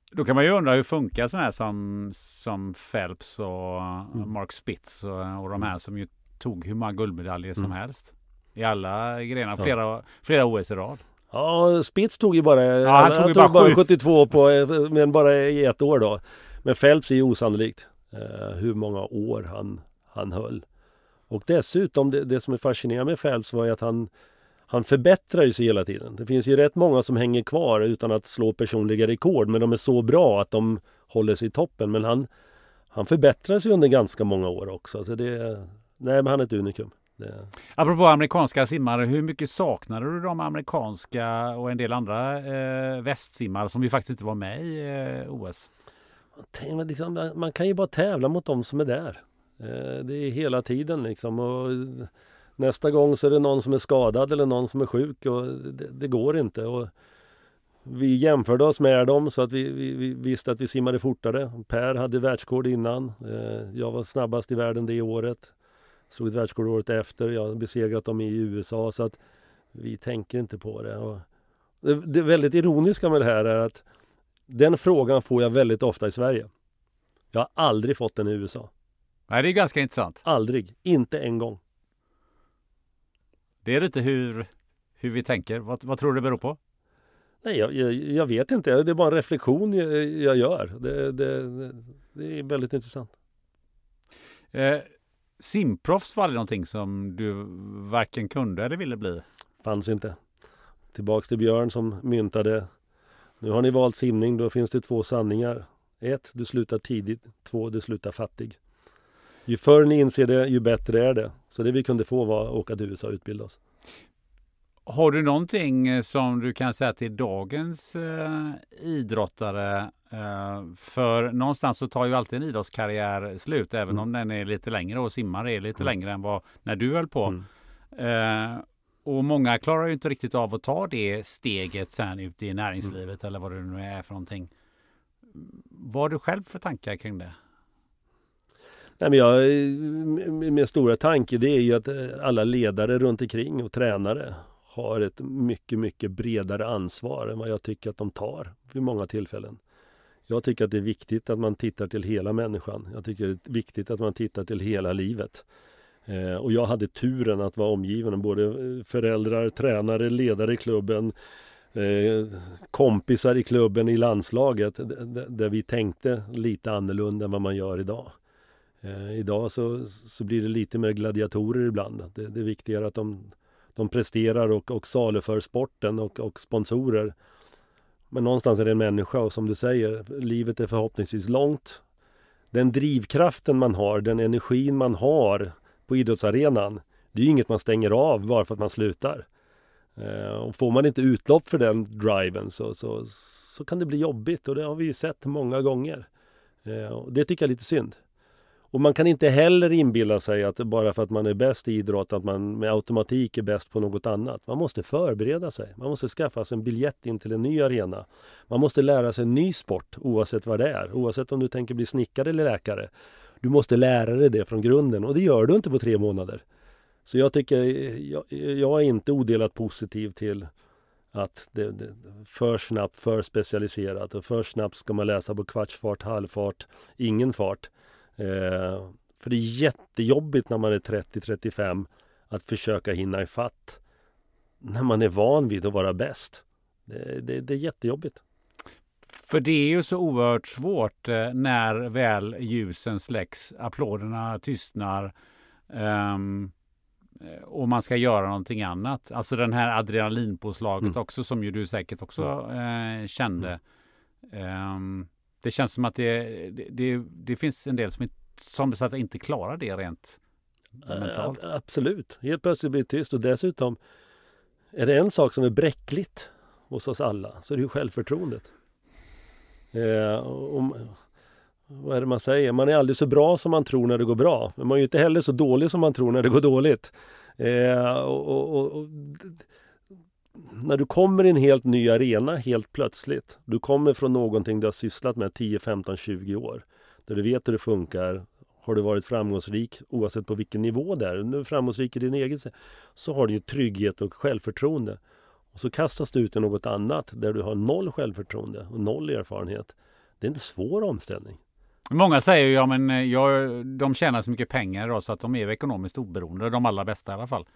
Då kan man ju undra hur funkar sådana här som Phelps och Mark Spitz och de här som ju tog hur många guldmedaljer som helst. I alla grenar, flera OS i rad. Ja, Spitz tog ju bara, han tog bara 72 men bara i ett år då. Men Phelps är ju osannolikt hur många år han höll. Och dessutom, det som är fascinerande med Phelps var ju att han förbättrar ju sig hela tiden. Det finns ju rätt många som hänger kvar utan att slå personliga rekord, men de är så bra att de håller sig i toppen. Men han förbättrar sig under ganska många år också. Så men han är ett unikum. Apropå amerikanska simmare, hur mycket saknade du de amerikanska och en del andra västsimmare som ju faktiskt inte var med i OS? Man kan ju bara tävla mot dem som är där. Det är hela tiden liksom. Och nästa gång så är det någon som är skadad eller någon som är sjuk och det går inte. Och vi jämförde oss med dem så att vi visste att vi simmade fortare. Per hade världsrekord innan. Jag var snabbast i världen det året. Slog ett världsrekord året efter. Jag har besegrat dem i USA, så att vi tänker inte på det. Och det väldigt ironiska med det här är att den frågan får jag väldigt ofta i Sverige. Jag har aldrig fått den i USA. Nej, det är ganska intressant. Aldrig. Inte en gång. Det är lite hur vi tänker. Vad tror du det beror på? Nej, jag vet inte. Det är bara en reflektion jag gör. Det är väldigt intressant. Simproffs var aldrig någonting som du varken kunde eller ville bli? Fanns inte. Tillbaks till Björn som myntade: nu har ni valt simning, då finns det 2 sanningar. 1, du slutar tidigt. 2, du slutar fattig. Ju förr ni inser det, ju bättre är det. Så det vi kunde få var att åka till USA och utbilda oss. Har du någonting som du kan säga till dagens idrottare? För någonstans så tar ju alltid en idrottskarriär slut, även om den är lite längre, och simmar är lite längre än vad när du höll på. Och många klarar ju inte riktigt av att ta det steget sen ut i näringslivet eller vad det nu är för någonting. Vad har du själv för tankar kring det? Nej, men min stora tanke, det är ju att alla ledare runt omkring och tränare har ett mycket, mycket bredare ansvar än vad jag tycker att de tar vid många tillfällen. Jag tycker att det är viktigt att man tittar till hela människan. Jag tycker det är viktigt att man tittar till hela livet. Och jag hade turen att vara omgiven av både föräldrar, tränare, ledare i klubben, kompisar i klubben, i landslaget, där vi tänkte lite annorlunda än vad man gör idag. Idag så blir det lite mer gladiatorer ibland. Det är viktigare att de presterar och saluför sporten och sponsorer. Men någonstans är det en människa, och som du säger, livet är förhoppningsvis långt. Den drivkraften man har, den energin man har på idrottsarenan, det är ju inget man stänger av bara för att man slutar. Och får man inte utlopp för den driven så kan det bli jobbigt, och det har vi ju sett många gånger. Och det tycker jag är lite synd. Och man kan inte heller inbilla sig att bara för att man är bäst i idrott att man med automatik är bäst på något annat. Man måste förbereda sig. Man måste skaffa sig en biljett in till en ny arena. Man måste lära sig en ny sport oavsett vad det är. Oavsett om du tänker bli snickare eller läkare. Du måste lära dig det från grunden, och det gör du inte på 3 månader. Så jag tycker, jag är inte odelat positiv till att det för snabbt, för specialiserat, och för snabbt ska man läsa på kvartsfart, halvfart, ingen fart. För det är jättejobbigt när man är 30-35 att försöka hinna ifatt när man är van vid att vara bäst. Det är jättejobbigt. För det är ju så oerhört svårt när väl ljusen släcks, applåderna tystnar och man ska göra någonting annat. Alltså den här adrenalinpåslaget också, som ju du säkert också kände. Det känns som att det finns en del som så att inte klarar det rent mentalt. Absolut. Helt plötsligt blir det tyst, och dessutom är det en sak som är bräckligt hos oss alla, så är det ju självförtroendet. Vad är det man säger? Man är aldrig så bra som man tror när det går bra, men man är ju inte heller så dålig som man tror när det går dåligt. Och när du kommer i en helt ny arena helt plötsligt, du kommer från någonting du har sysslat med 10, 15, 20 år, där du vet hur det funkar. Har du varit framgångsrik oavsett på vilken nivå där, nu är framgångsrik i din egen, så har du ju trygghet och självförtroende. Och så kastas du ut i något annat där du har 0 självförtroende och 0 erfarenhet. Det är en svår omställning. Många säger ju, de tjänar så mycket pengar då, så att de är ekonomiskt oberoende, de allra bästa i alla fall.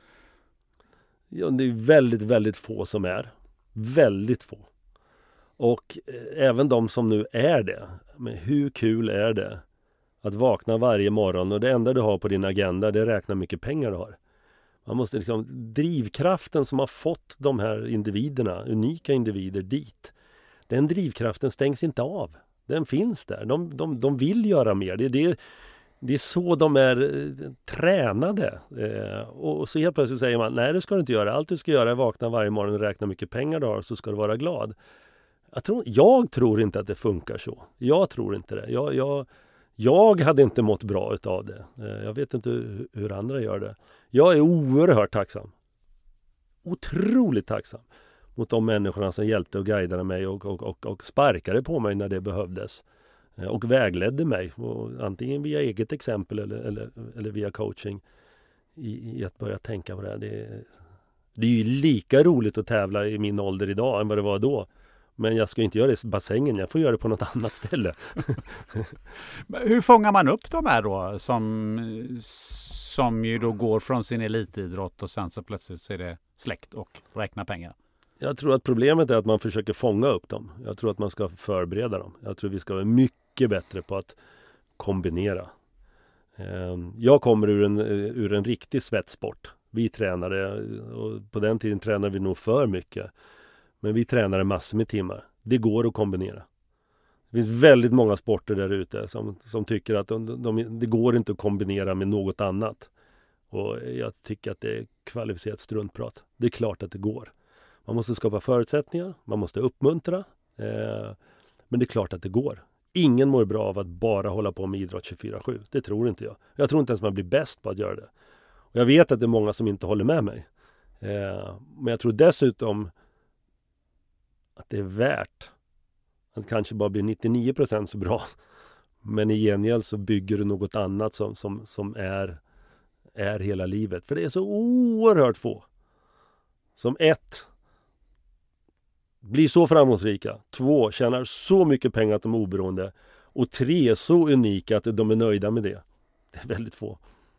Ja, det är väldigt, väldigt få som är. Väldigt få. Och även de som nu är det. Men hur kul är det att vakna varje morgon och det enda du har på din agenda, det räknar mycket pengar du har. Man måste drivkraften som har fått de här individerna, unika individer dit. Den drivkraften stängs inte av. Den finns där. De vill göra mer. Det är så de är tränade. Och så helt plötsligt säger man, nej det ska du inte göra. Allt du ska göra är vakna varje morgon och räkna mycket pengar du har, så ska du vara glad. Jag tror inte att det funkar så. Jag tror inte det. Jag hade inte mått bra utav det. Jag vet inte hur andra gör det. Jag är oerhört tacksam. Otroligt tacksam mot de människorna som hjälpte och guidade mig och sparkade på mig när det behövdes. Och vägledde mig, och antingen via eget exempel eller via coaching, i att börja tänka på det här. Det är ju lika roligt att tävla i min ålder idag än vad det var då. Men jag ska inte göra det i bassängen, jag får göra det på något annat ställe. Hur fångar man upp de här då som ju då går från sin elitidrott och sen så plötsligt så är det släkt och räkna pengar? Jag tror att problemet är att man försöker fånga upp dem. Jag tror att man ska förbereda dem. Jag tror vi ska vara mycket bättre på att kombinera. Jag kommer ur en riktig svettsport. Vi tränade, och på den tiden tränade vi nog för mycket. Men vi tränade massor med timmar. Det går att kombinera. Det finns väldigt många sporter där ute som tycker att det går inte att kombinera med något annat. Och jag tycker att det är kvalificerat struntprat. Det är klart att det går. Man måste skapa förutsättningar, man måste uppmuntra. Men det är klart att det går. Ingen mår bra av att bara hålla på med idrott 24/7. Det tror inte jag. Jag tror inte ens man blir bäst på att göra det. Och jag vet att det är många som inte håller med mig. Men jag tror dessutom att det är värt att kanske bara bli 99% så bra. Men i gengäld så bygger du något annat som är hela livet. För det är så oerhört få som 1 blir så framgångsrika, 2 tjänar så mycket pengar att de är oberoende, och 3 så unika att de är nöjda med det. Det är väldigt få.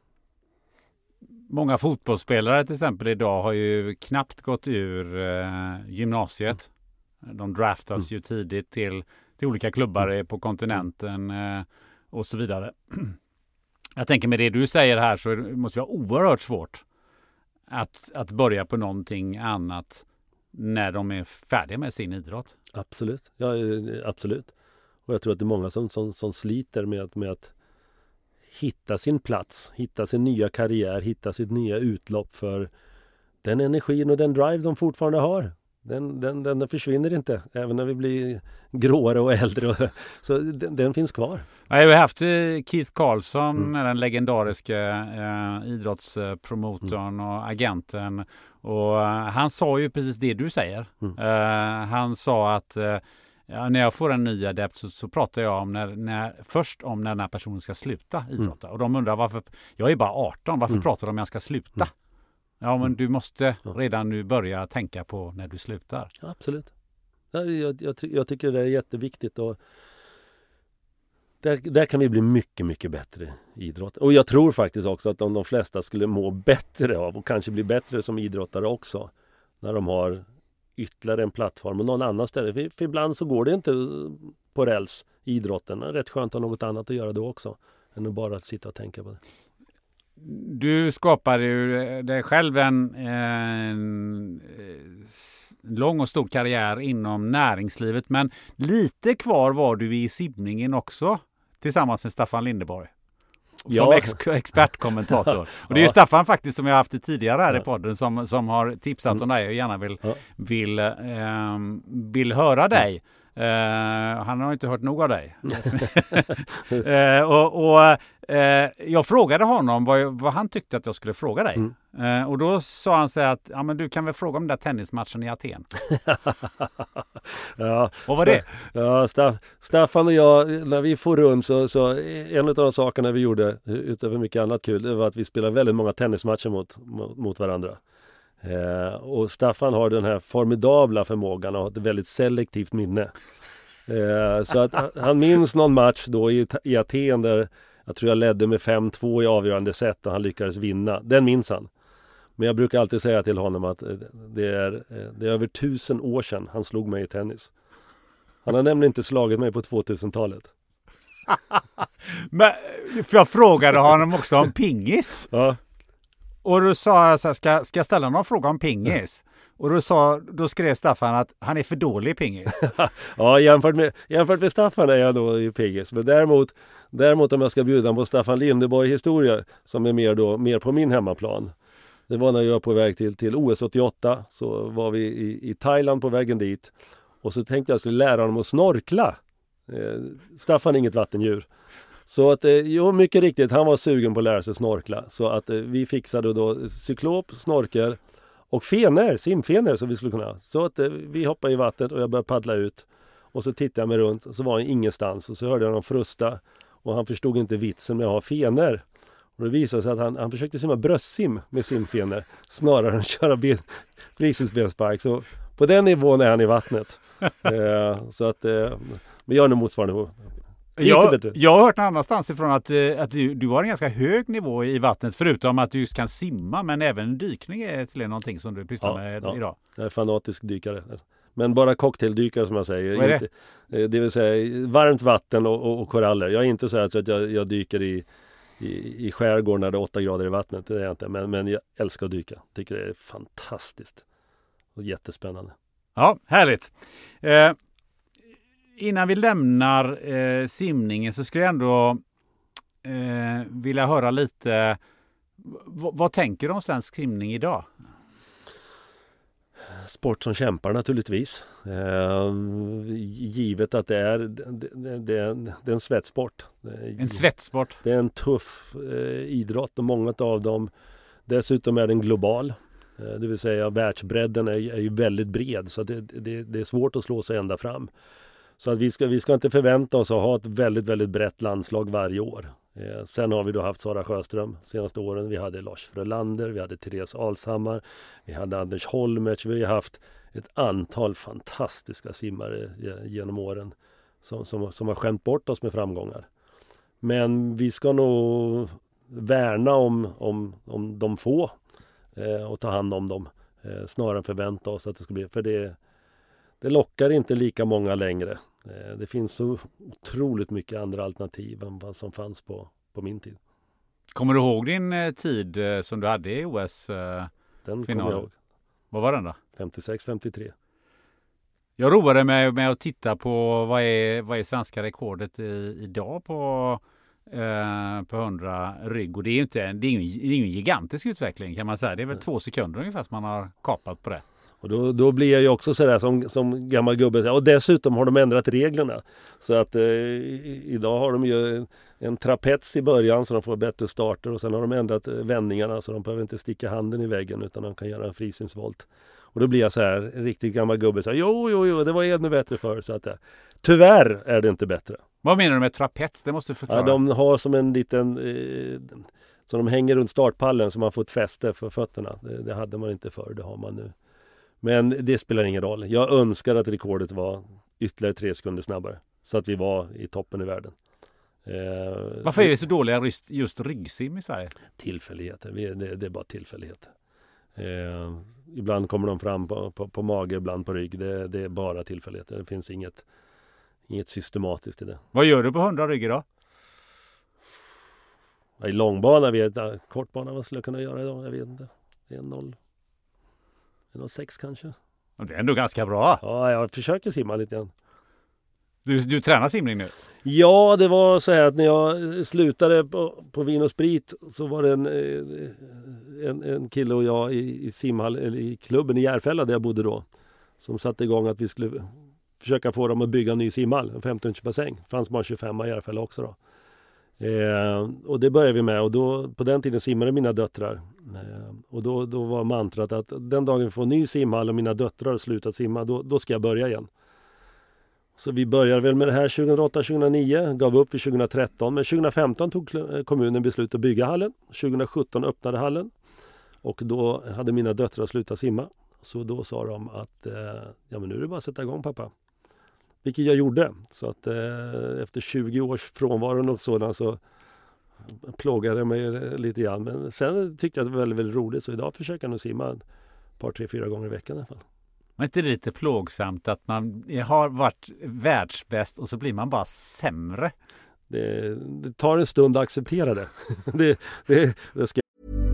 Många fotbollsspelare till exempel idag har ju knappt gått ur gymnasiet. De draftas ju tidigt till olika klubbar på kontinenten och så vidare. Jag tänker med det du säger här så måste det vara oerhört svårt att börja på någonting annat när de är färdiga med sin idrott. Absolut, ja, absolut. Och jag tror att det är många som sliter med att hitta sin plats, hitta sin nya karriär, hitta sitt nya utlopp för den energin och den drive de fortfarande har. Den försvinner inte, även när vi blir gråare och äldre. Så den finns kvar. Jag har ju haft Keith Karlsson, den legendariska idrottspromotorn och agenten. Och han sa ju precis det du säger. Han sa att när jag får en ny adept så pratar jag om först om när den här personen ska sluta idrotta. Och de undrar varför, jag är bara 18, varför pratar de om jag ska sluta? Ja, men du måste redan nu börja tänka på när du slutar. Ja, absolut. Jag tycker det är jätteviktigt. Och där kan vi bli mycket, mycket bättre i idrott. Och jag tror faktiskt också att de flesta skulle må bättre av och kanske bli bättre som idrottare också. När de har ytterligare en plattform och någon annan ställe. För ibland så går det inte på räls i idrotten. Det är rätt skönt att ha något annat att göra då också. Än att bara sitta och tänka på det. Du skapade ju dig själv en lång och stor karriär inom näringslivet, men lite kvar var du i simningen också tillsammans med Staffan Lindeborg som expertkommentator. Och det är ju Staffan faktiskt som jag har haft tidigare här i podden som har tipsat om dig och gärna vill höra dig. Han har inte hört nog av dig. Jag frågade honom vad han tyckte att jag skulle fråga dig. Och då sa han så att men du kan väl fråga om den där tennismatchen i Aten. Ja, vad var det? Ja, Staffan och jag, när vi får runt så en av de sakerna vi gjorde utöver mycket annat kul, det var att vi spelade väldigt många tennismatcher mot varandra. Och Staffan har den här formidabla förmågan att ha ett väldigt selektivt minne. Så att han minns någon match då i Aten där jag tror jag ledde med 5-2 i avgörande set och han lyckades vinna. Den minns han. Men jag brukar alltid säga till honom att det är över 1000 år sedan han slog mig i tennis. Han har nämligen inte slagit mig på 2000-talet. Men för jag frågade honom också om pingis. Ja. Och då sa jag så här, ska jag ställa någon fråga om pingis? Och då skrev Staffan att han är för dålig i pingis. Ja, jämfört med Staffan är jag då i pingis. Men däremot om jag ska bjuda på Staffan Lindeborg historia som är mer på min hemmaplan. Det var när jag var på väg till OS 88, så var vi i Thailand på vägen dit. Och så tänkte jag skulle lära honom att snorkla. Staffan är inget vattendjur. Så att, mycket riktigt, han var sugen på att lära sig snorkla. Så att vi fixade då cyklop, snorkel och simfener som vi skulle kunna. Så att vi hoppade i vattnet och jag började paddla ut. Och så tittade jag mig runt och så var han ingenstans. Och så hörde jag honom frusta och han förstod inte vitsen med att ha fener. Och det visade sig att han försökte simma bröstsim med simfener snarare än köra fritidsbenspark. Så på den nivån är han i vattnet. Så att vi gör nog motsvarande. Jag har hört någon annanstans ifrån att du har en ganska hög nivå i vattnet, förutom att du kan simma, men även dykning är till någonting som du pysslar med idag. Jag är fanatisk dykare. Men bara cocktaildykare som jag säger. Vad är det? Det vill säga varmt vatten och koraller. Jag är inte så att jag dyker i skärgården när det är 8 grader i vattnet. Det är jag inte. Men jag älskar att dyka. Tycker det är fantastiskt. Och jättespännande. Ja, härligt. Innan vi lämnar simningen så skulle jag ändå vilja höra lite. Vad tänker du om svensk simning idag? Sport som kämpar naturligtvis. Givet att det är en svettsport. En svettsport? Det är en tuff idrott och många av dem. Dessutom är den global. Det vill säga världsbredden är ju väldigt bred, så det är svårt att slå sig ända fram. Så att vi ska inte förvänta oss att ha ett väldigt, väldigt brett landslag varje år. Sen har vi då haft Sara Sjöström senaste åren. Vi hade Lars Frölander, vi hade Therese Alshammar, vi hade Anders Holmertz. Vi har haft ett antal fantastiska simmare genom åren som har skämt bort oss med framgångar. Men vi ska nog värna om de få och ta hand om dem snarare än förvänta oss att det ska bli. För det lockar inte lika många längre. Det finns så otroligt mycket andra alternativ än vad som fanns på min tid. Kommer du ihåg din tid som du hade i OS? Den kommer jag ihåg. Vad var den då? 56-53. Jag roade mig med att titta på vad är svenska rekordet idag på 100 rygg. Och det är ju en gigantisk utveckling kan man säga. Det är väl 2 sekunder ungefär som man har kapat på det. Och då blir jag ju också sådär som gammal gubbe. Och dessutom har de ändrat reglerna. Så att idag har de ju en trapets i början så de får bättre starter. Och sen har de ändrat vändningarna så de behöver inte sticka handen i väggen utan de kan göra en frisimsvolt. Och då blir jag så här riktigt gammal gubbe. Så här, jo, det var ännu bättre förr. Så att tyvärr är det inte bättre. Vad menar du med trapets? Det måste du förklara. Ja, de har som en liten... så de hänger runt startpallen så man får ett fäste för fötterna. Det hade man inte förr, det har man nu. Men det spelar ingen roll. Jag önskar att rekordet var ytterligare 3 sekunder snabbare. Så att vi var i toppen i världen. Varför är vi så dåliga just ryggsim i Sverige? Tillfälligheter. Det är bara tillfälligheter. Ibland kommer de fram på mage, ibland på rygg. Det är bara tillfälligheter. Det finns inget systematiskt i det. Vad gör du på 100 rygg idag? I långbana, kortbana, vad skulle jag kunna göra idag? Jag vet inte. 1,06 kanske. Det är ändå ganska bra. Ja, jag försöker simma lite grann. Du tränar simning nu? Ja, det var så här att när jag slutade på Vin och Sprit så var det en kille och jag i simhall, eller i klubben i Järfälla där jag bodde då, som satte igång att vi skulle försöka få dem att bygga en ny simhall, en 15-inch bassäng. Det fanns bara 25 i Järfälla också då. Och det började vi med och då, på den tiden simmade mina döttrar. Och då var mantrat att den dagen vi får en ny simhall och mina döttrar har slutat simma, då ska jag börja igen. Så vi började väl med det här 2008-2009, gav upp vid 2013. Men 2015 tog kommunen beslut att bygga hallen. 2017 öppnade hallen. Och då hade mina döttrar slutat simma. Så då sa de att men nu är det bara att sätta igång pappa. Vilket jag gjorde. Så att efter 20 års frånvaro och sådant så plågade jag mig lite grann. Men sen tyckte jag att det var väldigt, väldigt roligt. Så idag försöker jag nog simma ett par, 3-4 gånger i veckan i alla fall. Men inte det lite plågsamt att man har varit världsbäst och så blir man bara sämre? Det tar en stund att acceptera det. det ska...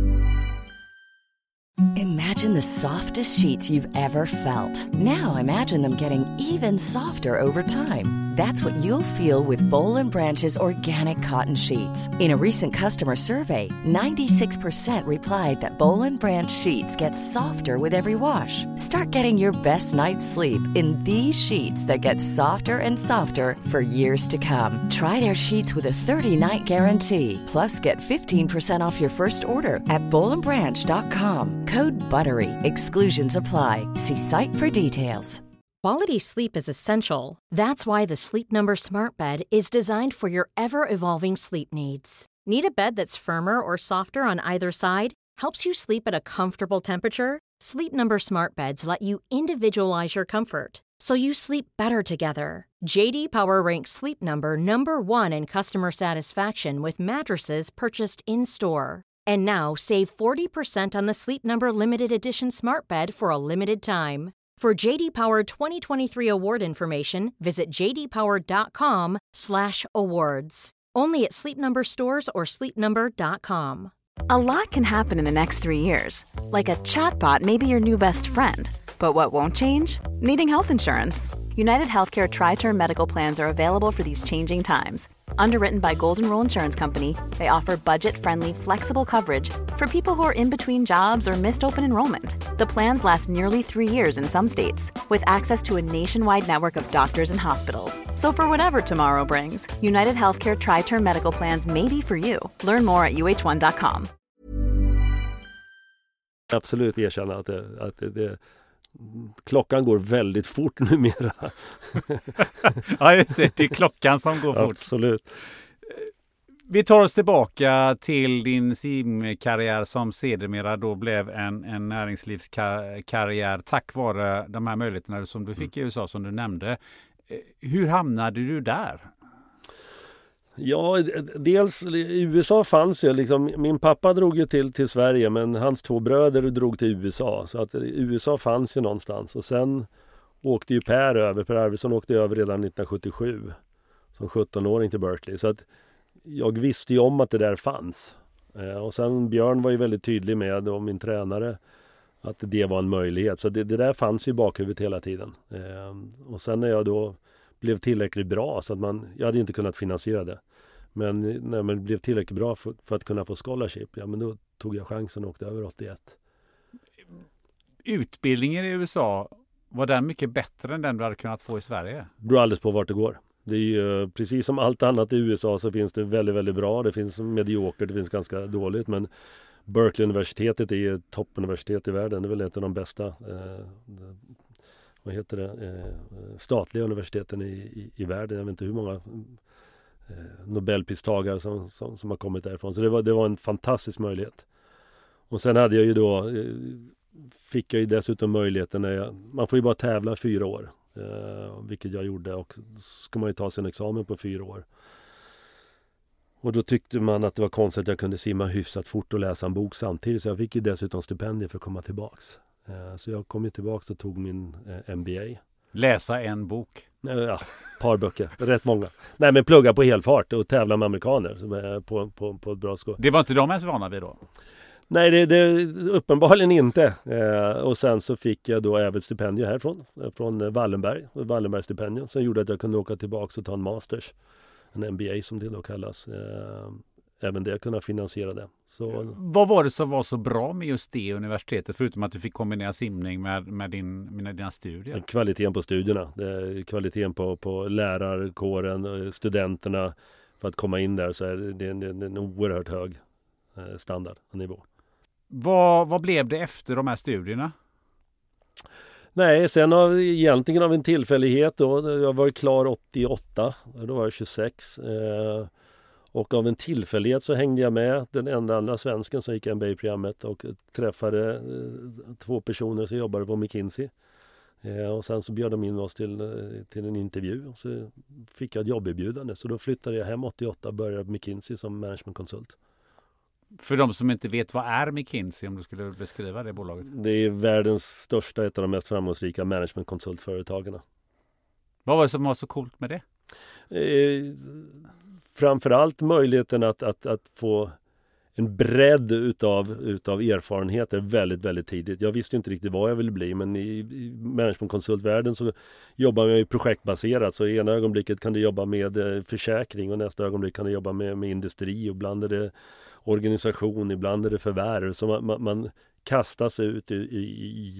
Imagine the softest sheets you've ever felt. Now imagine them getting even softer over time. That's what you'll feel with Boll & Branch's organic cotton sheets. In a recent customer survey, 96% replied that Boll & Branch sheets get softer with every wash. Start getting your best night's sleep in these sheets that get softer and softer for years to come. Try their sheets with a 30-night guarantee. Plus, get 15% off your first order at bollandbranch.com. Code BUTTERY. Exclusions apply. See site for details. Quality sleep is essential. That's why the Sleep Number Smart Bed is designed for your ever-evolving sleep needs. Need a bed that's firmer or softer on either side? Helps you sleep at a comfortable temperature? Sleep Number Smart Beds let you individualize your comfort, so you sleep better together. JD Power ranks Sleep Number #1 in customer satisfaction with mattresses purchased in-store. And now save 40% on the Sleep Number Limited Edition Smart Bed for a limited time. For JD Power 2023 award information, visit jdpower.com/awards. Only at Sleep Number stores or sleepnumber.com. A lot can happen in the next 3 years. Like a chatbot may be your new best friend. But what won't change? Needing health insurance. United Healthcare Tri-Term Medical Plans are available for these changing times. Underwritten by Golden Rule Insurance Company, they offer budget-friendly, flexible coverage for people who are in between jobs or missed open enrollment. The plans last nearly 3 years in some states, with access to a nationwide network of doctors and hospitals. So for whatever tomorrow brings, United Healthcare Tri-Term Medical Plans may be for you. Learn more at uh1.com. Absolut erkänna att klockan går väldigt fort numera. Ja, just det. Det är klockan som går fort. Absolut. Vi tar oss tillbaka till din simkarriär som sedermera då blev en näringslivskarriär tack vare de här möjligheterna som du fick i USA som du nämnde. Hur hamnade du där? Ja, dels i USA fanns ju liksom, min pappa drog ju till Sverige men hans 2 bröder drog till USA. Så att USA fanns ju någonstans. Och sen åkte ju Per Arvidsson åkte över redan 1977 som 17-åring till Berkeley. Så att jag visste ju om att det där fanns. Och sen Björn var ju väldigt tydlig med, och min tränare, att det var en möjlighet. Så det där fanns ju i bakhuvudet hela tiden. Och sen när jag då blev tillräckligt bra så att jag hade inte kunnat finansiera det. Men när man blev tillräckligt bra för att kunna få scholarship, ja men då tog jag chansen och åkte över 81. Utbildningen i USA, var den mycket bättre än den du hade kunnat få i Sverige? Det beror alldeles på vart det går. Det är ju, precis som allt annat i USA så finns det väldigt, väldigt bra. Det finns medioker, det finns ganska dåligt. Men Berkeley-universitetet är ju toppuniversitet i världen. Det är väl ett av de bästa statliga universiteten i världen. Jag vet inte hur många Nobelpristagare som har kommit därifrån. Så det var en fantastisk möjlighet. Och sen hade jag ju då fick jag ju dessutom möjligheten man får ju bara tävla 4 år. Vilket jag gjorde, och ska man ju ta sin examen på 4 år. Och då tyckte man att det var konstigt att jag kunde simma hyfsat fort och läsa en bok samtidigt. Så jag fick ju dessutom stipendier för att komma tillbaks. Så jag kom ju tillbaks och tog min MBA. Läsa en bok? Ja, par böcker. Rätt många. Nej, men plugga på helfart och tävla med amerikaner på ett bra skål. Det var inte de ens vana vid då? Nej, det uppenbarligen inte. Och sen så fick jag då även stipendier härifrån. Från Wallenberg-stipendium. Som gjorde att jag kunde åka tillbaka och ta en masters. En MBA som det då kallas. Även det kunna finansiera det. Så... Vad var det som var så bra med just det universitetet? Förutom att du fick kombinera simning med dina studier. Kvaliteten på studierna. Kvaliteten på lärarkåren, studenterna. För att komma in där så är det en oerhört hög standard och nivå. Vad blev det efter de här studierna? Nej, sen egentligen av en tillfällighet då. Jag var klar 88. Då var jag 26. Och av en tillfällighet så hängde jag med den andra svensken som gick MBA-programmet och träffade 2 personer som jobbade på McKinsey. Och sen så bjöd de in oss till en intervju och så fick jag ett jobberbjudande. Så då flyttade jag hem 88 och började på McKinsey som managementkonsult. För de som inte vet, vad är McKinsey, om du skulle beskriva det bolaget? Det är världens största, ett av de mest framgångsrika managementkonsultföretagen. Vad var det som var så coolt med det? Framförallt möjligheten att få en bredd utav erfarenheter väldigt, väldigt tidigt. Jag visste inte riktigt vad jag ville bli, men i managementkonsultvärlden så jobbar man ju projektbaserat. Så i ena ögonblicket kan du jobba med försäkring och nästa ögonblick kan du jobba med industri, och ibland är det organisation, ibland är det förvärv. Så man kastas ut i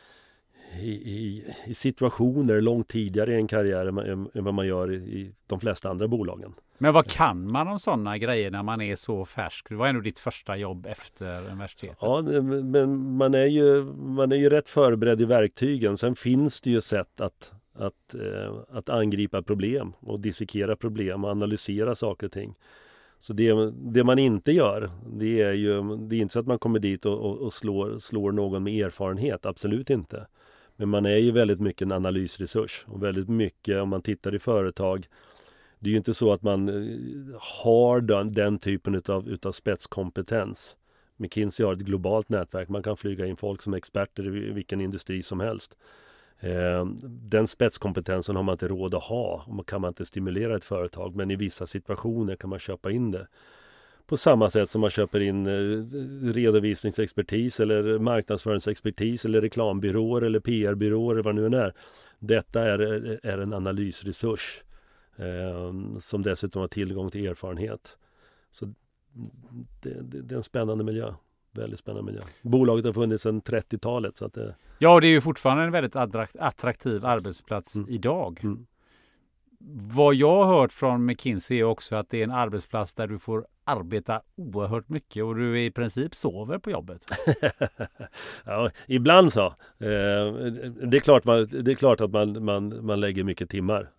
situationer långt tidigare i en karriär än vad man gör i de flesta andra bolagen. Men vad kan man om sådana grejer när man är så färsk? Det var ändå ditt första jobb efter universitetet. Ja, men man är ju rätt förberedd i verktygen. Sen finns det ju sätt att angripa problem och dissekera problem och analysera saker och ting. Så det man inte gör, det är inte så att man kommer dit och slår någon med erfarenhet. Absolut inte. Men man är ju väldigt mycket en analysresurs. Och väldigt mycket, om man tittar i företag, det är ju inte så att man har den typen utav spetskompetens. McKinsey har ett globalt nätverk. Man kan flyga in folk som är experter i vilken industri som helst. Den spetskompetensen har man inte råd att ha. Och kan man inte stimulera ett företag. Men i vissa situationer kan man köpa in det. På samma sätt som man köper in redovisningsexpertis eller marknadsföringsexpertis eller reklambyråer eller PR-byråer eller vad det nu är. Detta är en analysresurs som dessutom har tillgång till erfarenhet. Så det är en spännande miljö. Väldigt spännande miljö. Bolaget har funnits sedan 30-talet. Så att Ja, det är ju fortfarande en väldigt attraktiv arbetsplats idag. Mm. Vad jag har hört från McKinsey är också att det är en arbetsplats där du får arbeta oerhört mycket och du i princip sover på jobbet. Ja, ibland så. Det är klart att man lägger mycket timmar.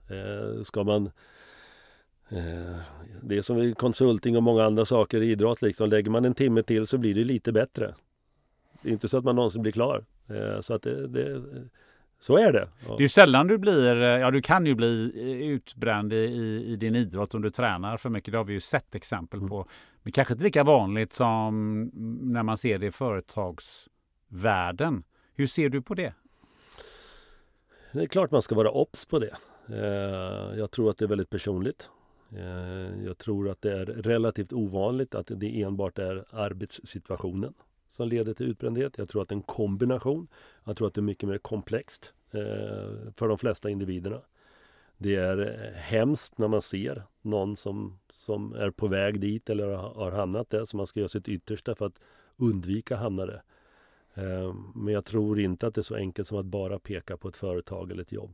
Det är som i konsulting och många andra saker i idrott. Liksom. Lägger man en timme till så blir det lite bättre. Det är inte så att man någonsin blir klar. Så att så är det. Ja. Det är ju sällan du kan ju bli utbränd i din idrott om du tränar för mycket. Det har vi ju sett exempel på. Men kanske inte lika vanligt som när man ser det i företagsvärlden. Hur ser du på det? Det är klart man ska vara obs på det. Jag tror att det är väldigt personligt. Jag tror att det är relativt ovanligt att det enbart är arbetssituationen som leder till utbrändhet. Jag tror att det är en kombination. Jag tror att det är mycket mer komplext för de flesta individerna. Det är hemskt när man ser någon som är på väg dit eller har hamnat där, så man ska göra sitt yttersta för att undvika hamna det. Men jag tror inte att det är så enkelt som att bara peka på ett företag eller ett jobb.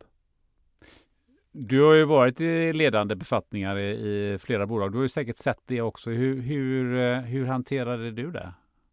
Du har ju varit i ledande befattningar i flera bolag. Du har ju säkert sett det också. Hur hanterade du det?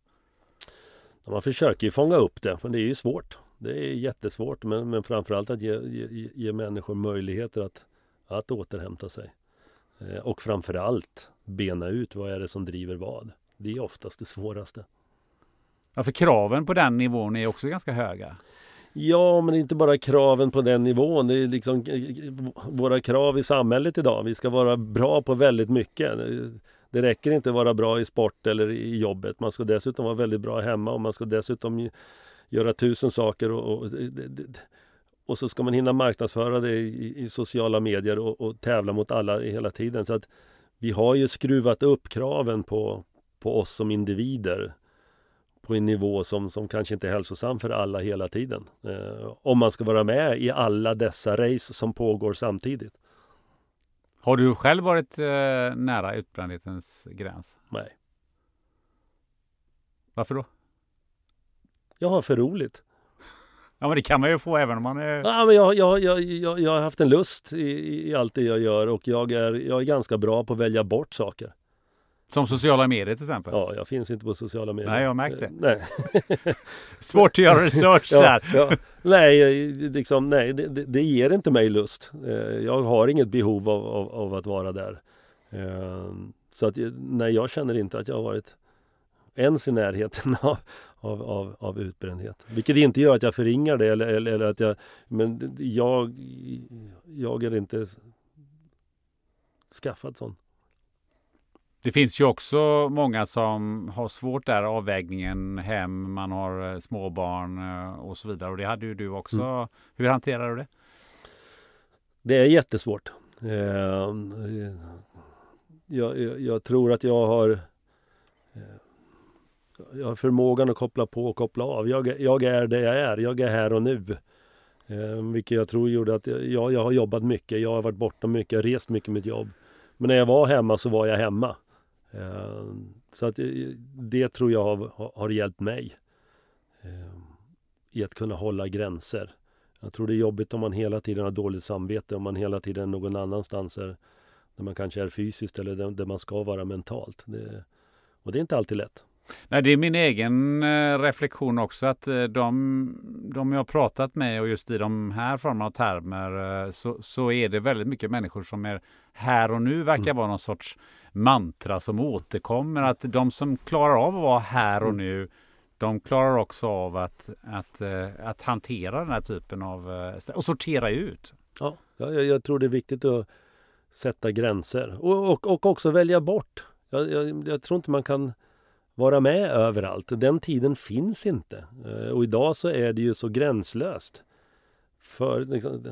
Man försöker ju fånga upp det, men det är ju svårt. Det är jättesvårt, men framförallt att ge människor möjligheter att återhämta sig. Och framförallt bena ut vad är det som driver vad. Det är oftast det svåraste. Ja, för kraven på den nivån är också ganska höga. Ja, men inte bara kraven på den nivån. Det är liksom våra krav i samhället idag. Vi ska vara bra på väldigt mycket. Det räcker inte att vara bra i sport eller i jobbet. Man ska dessutom vara väldigt bra hemma och man ska dessutom göra 1000 saker. Och så ska man hinna marknadsföra det i sociala medier och tävla mot alla hela tiden. Så att vi har ju skruvat upp kraven på oss som individer på en nivå som kanske inte är hälsosam för alla hela tiden. Om man ska vara med i alla dessa race som pågår samtidigt. Har du själv varit nära utbrändhetens gräns? Nej. Varför då? Jag har för roligt. Ja, men det kan man ju få även om man är... Ja, men jag har haft en lust i allt det jag gör och jag är ganska bra på att välja bort saker. Som sociala medier till exempel? Ja, jag finns inte på sociala medier. Nej, jag har märkt det. Nej. Svårt att göra research där. Ja. Nej, det ger inte mig lust. Jag har inget behov av att vara där. Så att, nej, jag känner inte att jag har varit ens i närheten av utbrändhet. Vilket inte gör att jag förringar det eller att jag är inte skaffad sån. Det finns ju också många som har svårt där, avvägningen hem, man har småbarn och så vidare. Och det hade ju du också. Hur hanterar du det? Det är jättesvårt. Jag tror att jag har förmågan att koppla på och koppla av. Jag är det jag är. Jag är här och nu. Vilket jag tror gjorde att jag har jobbat mycket. Jag har varit borta mycket. Jag har rest mycket med mitt jobb. Men när jag var hemma så var jag hemma. Så att det tror jag har hjälpt mig i att kunna hålla gränser. Jag tror det är jobbigt om man hela tiden har dåligt samvete. Om man hela tiden är någon annanstans där man kanske är fysiskt eller där man ska vara mentalt. Och det är inte alltid lätt. Nej, det är min egen reflektion också att de jag har pratat med och just i de här formerna av termer så är det väldigt mycket människor som är här och nu verkar vara någon sorts mantra som återkommer. Att de som klarar av att vara här och nu, de klarar också av att hantera den här typen av och sortera ut. Ja, jag tror det är viktigt att sätta gränser och också välja bort. Jag tror inte man kan vara med överallt. Den tiden finns inte. Och idag så är det ju så gränslöst. För liksom,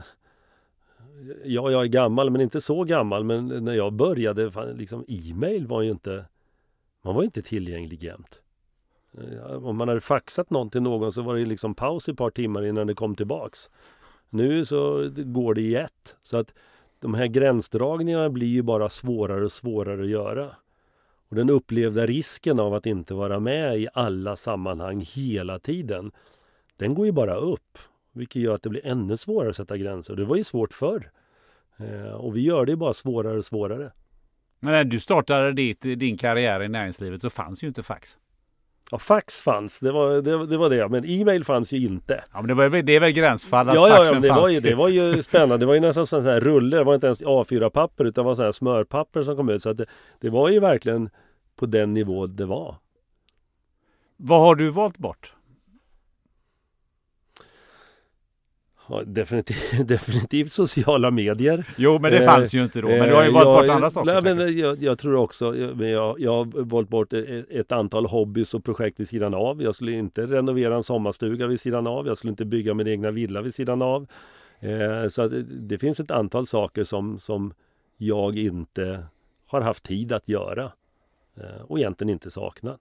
jag är gammal men inte så gammal. Men när jag började, liksom, e-mail var ju inte... Man var ju inte tillgänglig jämt. Om man hade faxat någon till någon så var det liksom paus i ett par timmar innan det kom tillbaks. Nu så går det i ett. Så att de här gränsdragningarna blir ju bara svårare och svårare att göra. Och den upplevda risken av att inte vara med i alla sammanhang hela tiden, den går ju bara upp. Vilket gör att det blir ännu svårare att sätta gränser. Det var ju svårt förr. Och vi gör det bara svårare och svårare. Men när du startade din karriär i näringslivet så fanns ju inte fax. Ja, fax fanns. Det var det. Men e-mail fanns ju inte. Ja, men det är väl gränsfall att faxen fanns. Det var ju spännande. Det var ju nästan sån här rulle. Det var inte ens A4-papper utan det var sån här smörpapper som kom ut. Så att det var ju verkligen på den nivå det var. Vad har du valt bort? Ja, definitivt sociala medier. Jo, men det fanns ju inte då. Men du har ju valt bort andra saker. Nej, men jag tror också, jag har valt bort ett antal hobbys och projekt vid sidan av. Jag skulle inte renovera en sommarstuga vid sidan av. Jag skulle inte bygga min egna villa vid sidan av. Så det finns ett antal saker som jag inte har haft tid att göra. Och egentligen inte saknat.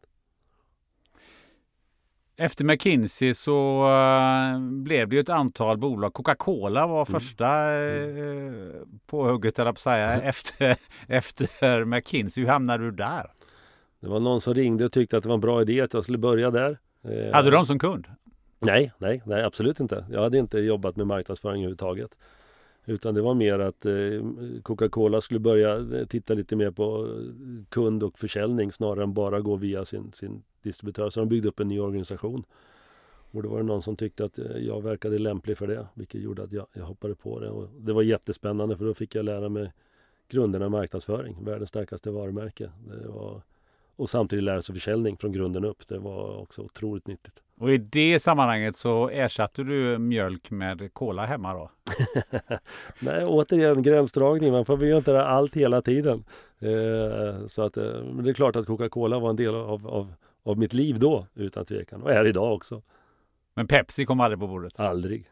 Efter McKinsey så blev det ju ett antal bolag. Coca-Cola var första på hugget, eller på att säga, efter McKinsey. Hur hamnade du där? Det var någon som ringde och tyckte att det var en bra idé att jag skulle börja där. Hade du dem som kund? Nej, absolut inte. Jag hade inte jobbat med marknadsföring överhuvudtaget. Utan det var mer att Coca-Cola skulle börja titta lite mer på kund och försäljning snarare än bara gå via sin distributör. Så de byggde upp en ny organisation. Och då var det någon som tyckte att jag verkade lämplig för det. Vilket gjorde att jag hoppade på det. Och det var jättespännande för då fick jag lära mig grunderna av marknadsföring. Världens starkaste varumärke. Och samtidigt lära sig försäljning från grunden upp. Det var också otroligt nyttigt. Och i det sammanhanget så ersatte du mjölk med cola hemma då? Nej, återigen gränsdragning. Man får ju inte göra allt hela tiden. Så att, men det är klart att Coca-Cola var en del av mitt liv då, utan tvekan. Och är idag också. Men Pepsi kom aldrig på bordet? Aldrig.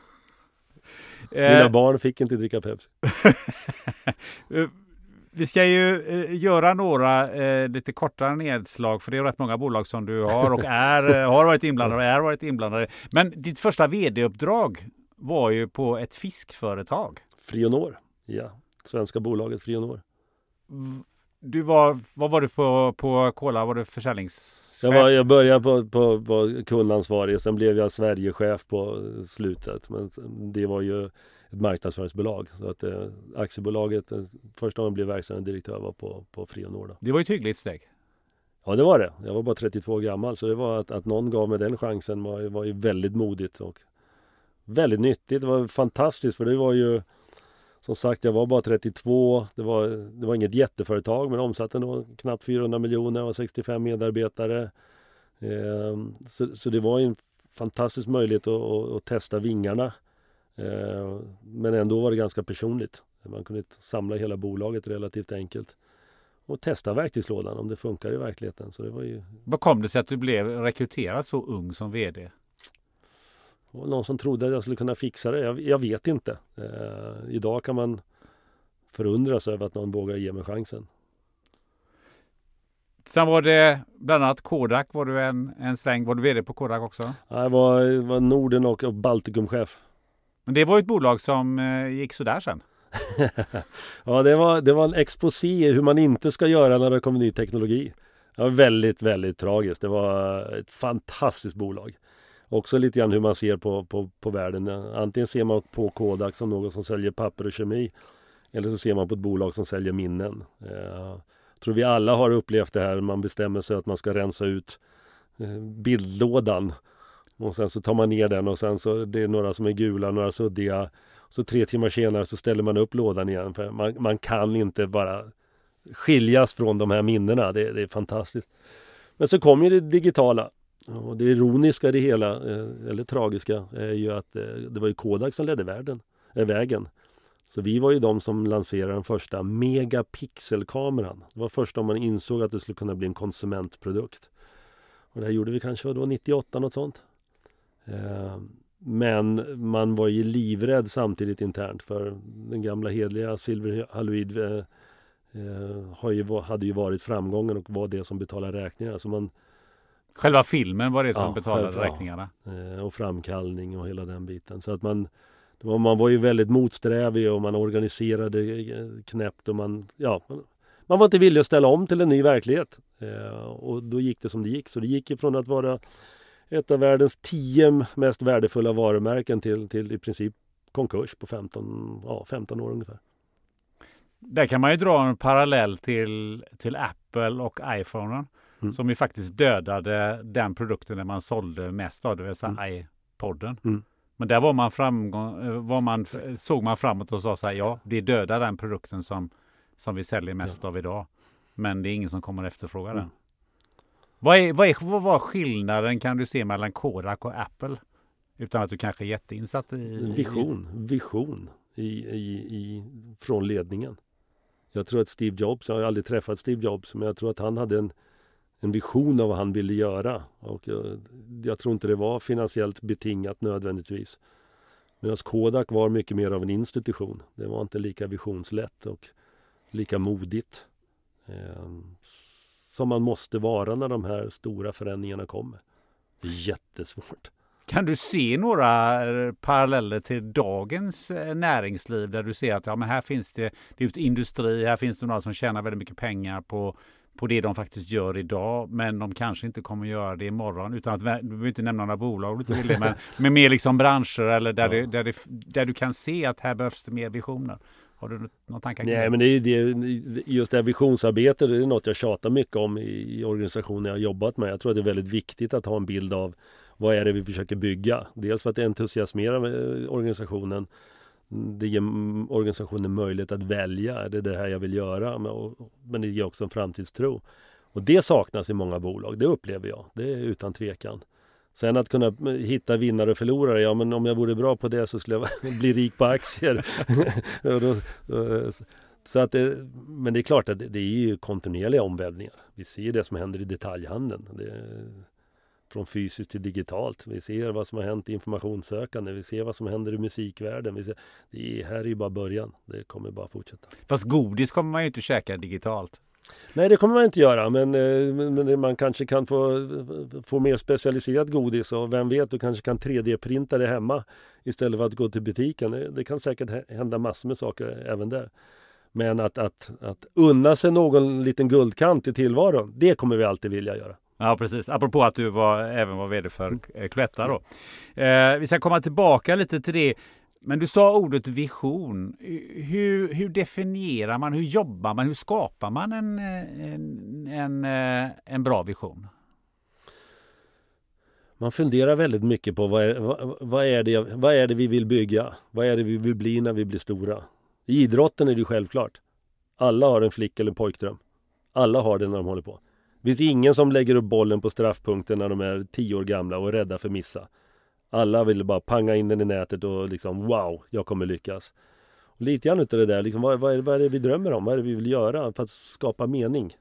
Mina barn fick inte dricka Pepsi. Vi ska ju göra några lite kortare nedslag, för det är rätt många bolag som du har och har varit inblandade. Men ditt första vd-uppdrag var ju på ett fiskföretag. Frionor, ja. Svenska bolaget Frionor. Vad var du på Cola? Var du försäljningschef? Jag började på kundansvarig och sen blev jag Sverigechef på slutet. Men det var ju ett marknadsföringsbolag. Så att aktiebolaget, första gången jag blev verkställande direktör var på Frionor då. Det var ett hyggligt steg. Ja, det var det. Jag var bara 32 gammal, så det var att någon gav mig den chansen var ju väldigt modigt och väldigt nyttigt. Det var fantastiskt, för det var ju, som sagt, jag var bara 32. Det var inget jätteföretag, men omsatte nog knappt 400 miljoner och 65 medarbetare. Så det var en fantastisk möjlighet att testa vingarna. Men ändå var det ganska personligt. Man kunde samla hela bolaget relativt enkelt. Och testa verktygslådan om det funkar i verkligheten. Så det var ju... Vad kom det sig att du blev rekryterad så ung som vd? Och någon som trodde att jag skulle kunna fixa det. Jag vet inte. Idag kan man förundras över att någon vågar ge mig chansen. Sen var det bland annat Kodak. Var du en sväng? Var du vd på Kodak också? Jag var Norden och Baltikumchef. Men det var ett bolag som gick så där sen. Ja, det var en exposé hur man inte ska göra när det kommer ny teknologi. Det var väldigt, väldigt tragiskt. Det var ett fantastiskt bolag. Också lite grann hur man ser på världen. Antingen ser man på Kodak som någon som säljer papper och kemi. Eller så ser man på ett bolag som säljer minnen. Jag tror vi alla har upplevt det här. Man bestämmer sig att man ska rensa ut bildlådan. Och sen så tar man ner den och sen så det är några som är gula, några suddiga. Så 3 timmar senare så ställer man upp lådan igen. För man kan inte bara skiljas från de här minnena. Det är fantastiskt. Men så kom ju det digitala. Och det ironiska i det hela, eller tragiska, är ju att det var ju Kodak som ledde vägen. Så vi var ju de som lanserade den första megapixelkameran. Det var först om man insåg att det skulle kunna bli en konsumentprodukt. Och det här gjorde vi kanske då 98, något sånt. Men man var ju livrädd samtidigt internt för den gamla hedliga Silver Halloid hade ju varit framgången och var det som betalade räkningarna. Så själva filmen var det som betalade räkningarna. Och framkallning och hela den biten. Så att man var ju väldigt motsträvig och man organiserade knäppt och man var inte villig att ställa om till en ny verklighet. Och då gick det som det gick. Så det gick ifrån att vara ett av världens 10 mest värdefulla varumärken till i princip konkurs på 15 år ungefär. Där kan man ju dra en parallell till Apple och iPhonen som ju faktiskt dödade den produkten när man sålde mest av, det vill säga iPodden. Men där såg man framåt och sa så här, ja, det dödar den produkten som vi säljer mest av idag. Men det är ingen som kommer att efterfråga den. Vad var skillnaden kan du se mellan Kodak och Apple? Utan att du kanske är jätteinsatt i... Vision från ledningen. Jag tror att Steve Jobs, jag har aldrig träffat Steve Jobs, men jag tror att han hade en vision av vad han ville göra. Och jag tror inte det var finansiellt betingat nödvändigtvis. Medan Kodak var mycket mer av en institution. Det var inte lika visionslätt och lika modigt som man måste vara när de här stora förändringarna kommer. Det är jättesvårt. Kan du se några paralleller till dagens näringsliv där du ser att men här finns det är ett industri, här finns det några som tjänar väldigt mycket pengar på det de faktiskt gör idag, men de kanske inte kommer göra det imorgon, utan att du behöver inte nämna några bolag, men mer liksom branscher eller där du kan se att här behövs det mer visioner. Har du någon tankar kring det? Nej, men just det här visionsarbetet är något jag tjatar mycket om i organisationer jag har jobbat med. Jag tror att det är väldigt viktigt att ha en bild av vad är det vi försöker bygga. Dels för att det entusiasmerar organisationen. Det ger organisationen möjlighet att välja. Det är det här jag vill göra. Men det ger också en framtidstro. Och det saknas i många bolag. Det upplever jag. Det är utan tvekan. Sen att kunna hitta vinnare och förlorare. Ja, men om jag vore bra på det så skulle jag bli rik på aktier. Men det är klart att det är ju kontinuerliga omvälvningar. Vi ser det som händer i detaljhandeln. Från fysiskt till digitalt. Vi ser vad som har hänt i informationssökande. Vi ser vad som händer i musikvärlden. Det här är ju bara början. Det kommer bara fortsätta. Fast godis kommer man ju inte käka digitalt. Nej, det kommer man inte göra. Men man kanske kan få mer specialiserat godis. Och vem vet, du kanske kan 3D-printa det hemma istället för att gå till butiken. Det kan säkert hända massor med saker även där. Men att unna sig någon liten guldkant i tillvaron, det kommer vi alltid vilja göra. Ja, precis. Apropå att du även var vd för Cloetta då. Vi ska komma tillbaka lite till det. Men du sa ordet vision. Hur definierar man, hur jobbar man, hur skapar man en bra vision? Man funderar väldigt mycket på vad är det vi vill bygga? Vad är det vi vill bli när vi blir stora? I idrotten är det självklart. Alla har en flick- eller pojkdröm. Alla har det när de håller på. Det finns ingen som lägger upp bollen på straffpunkten när de är 10 år gamla och är rädda för missa. Alla vill bara panga in den i nätet och liksom wow, jag kommer lyckas. Och lite grann utav det där, liksom, vad är det vi drömmer om? Vad är det vi vill göra för att skapa mening?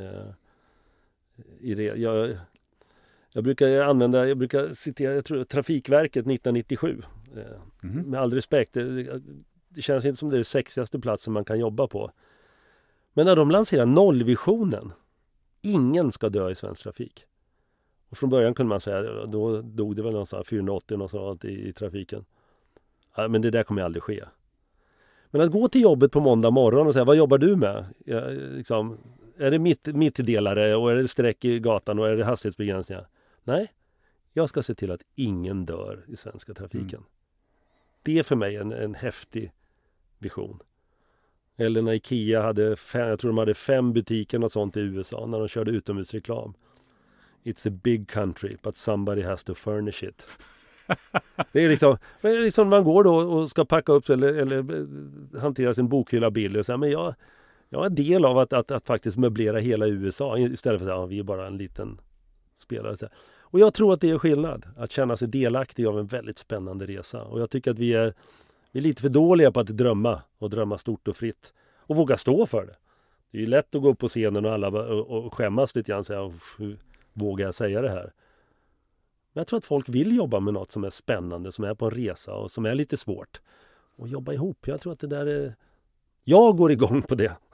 Jag brukar citera, jag tror, Trafikverket 1997. Med all respekt, det känns inte som det är det sexigaste platsen man kan jobba på. Men när de lanserar nollvisionen, ingen ska dö i svensk trafik. Och från början kunde man säga, då dog det väl någonstans 480 någonstans i trafiken. Ja, men det där kommer aldrig ske. Men att gå till jobbet på måndag morgon och säga, vad jobbar du med? Liksom, är det mittdelare och är det streck i gatan och är det hastighetsbegränsningar? Nej, jag ska se till att ingen dör i svenska trafiken. Det är för mig en häftig vision. Eller när Ikea hade jag tror de hade 5 butiker och sånt i USA när de körde utomhusreklam. It's a big country, but somebody has to furnish it. Det är liksom man går då och ska packa upp eller hantera sin bokhylla bild och säga, men jag är en del av att faktiskt möblera hela USA istället för att säga, vi är bara en liten spelare. Och jag tror att det är skillnad att känna sig delaktig av en väldigt spännande resa. Och jag tycker att vi är lite för dåliga på att drömma stort och fritt och våga stå för det. Det är ju lätt att gå upp på scenen och alla och skämmas lite grann och säga, hur vågar jag säga det här? Men jag tror att folk vill jobba med något som är spännande, som är på en resa och som är lite svårt. Och jobba ihop. Jag tror att det där är... Jag går igång på det.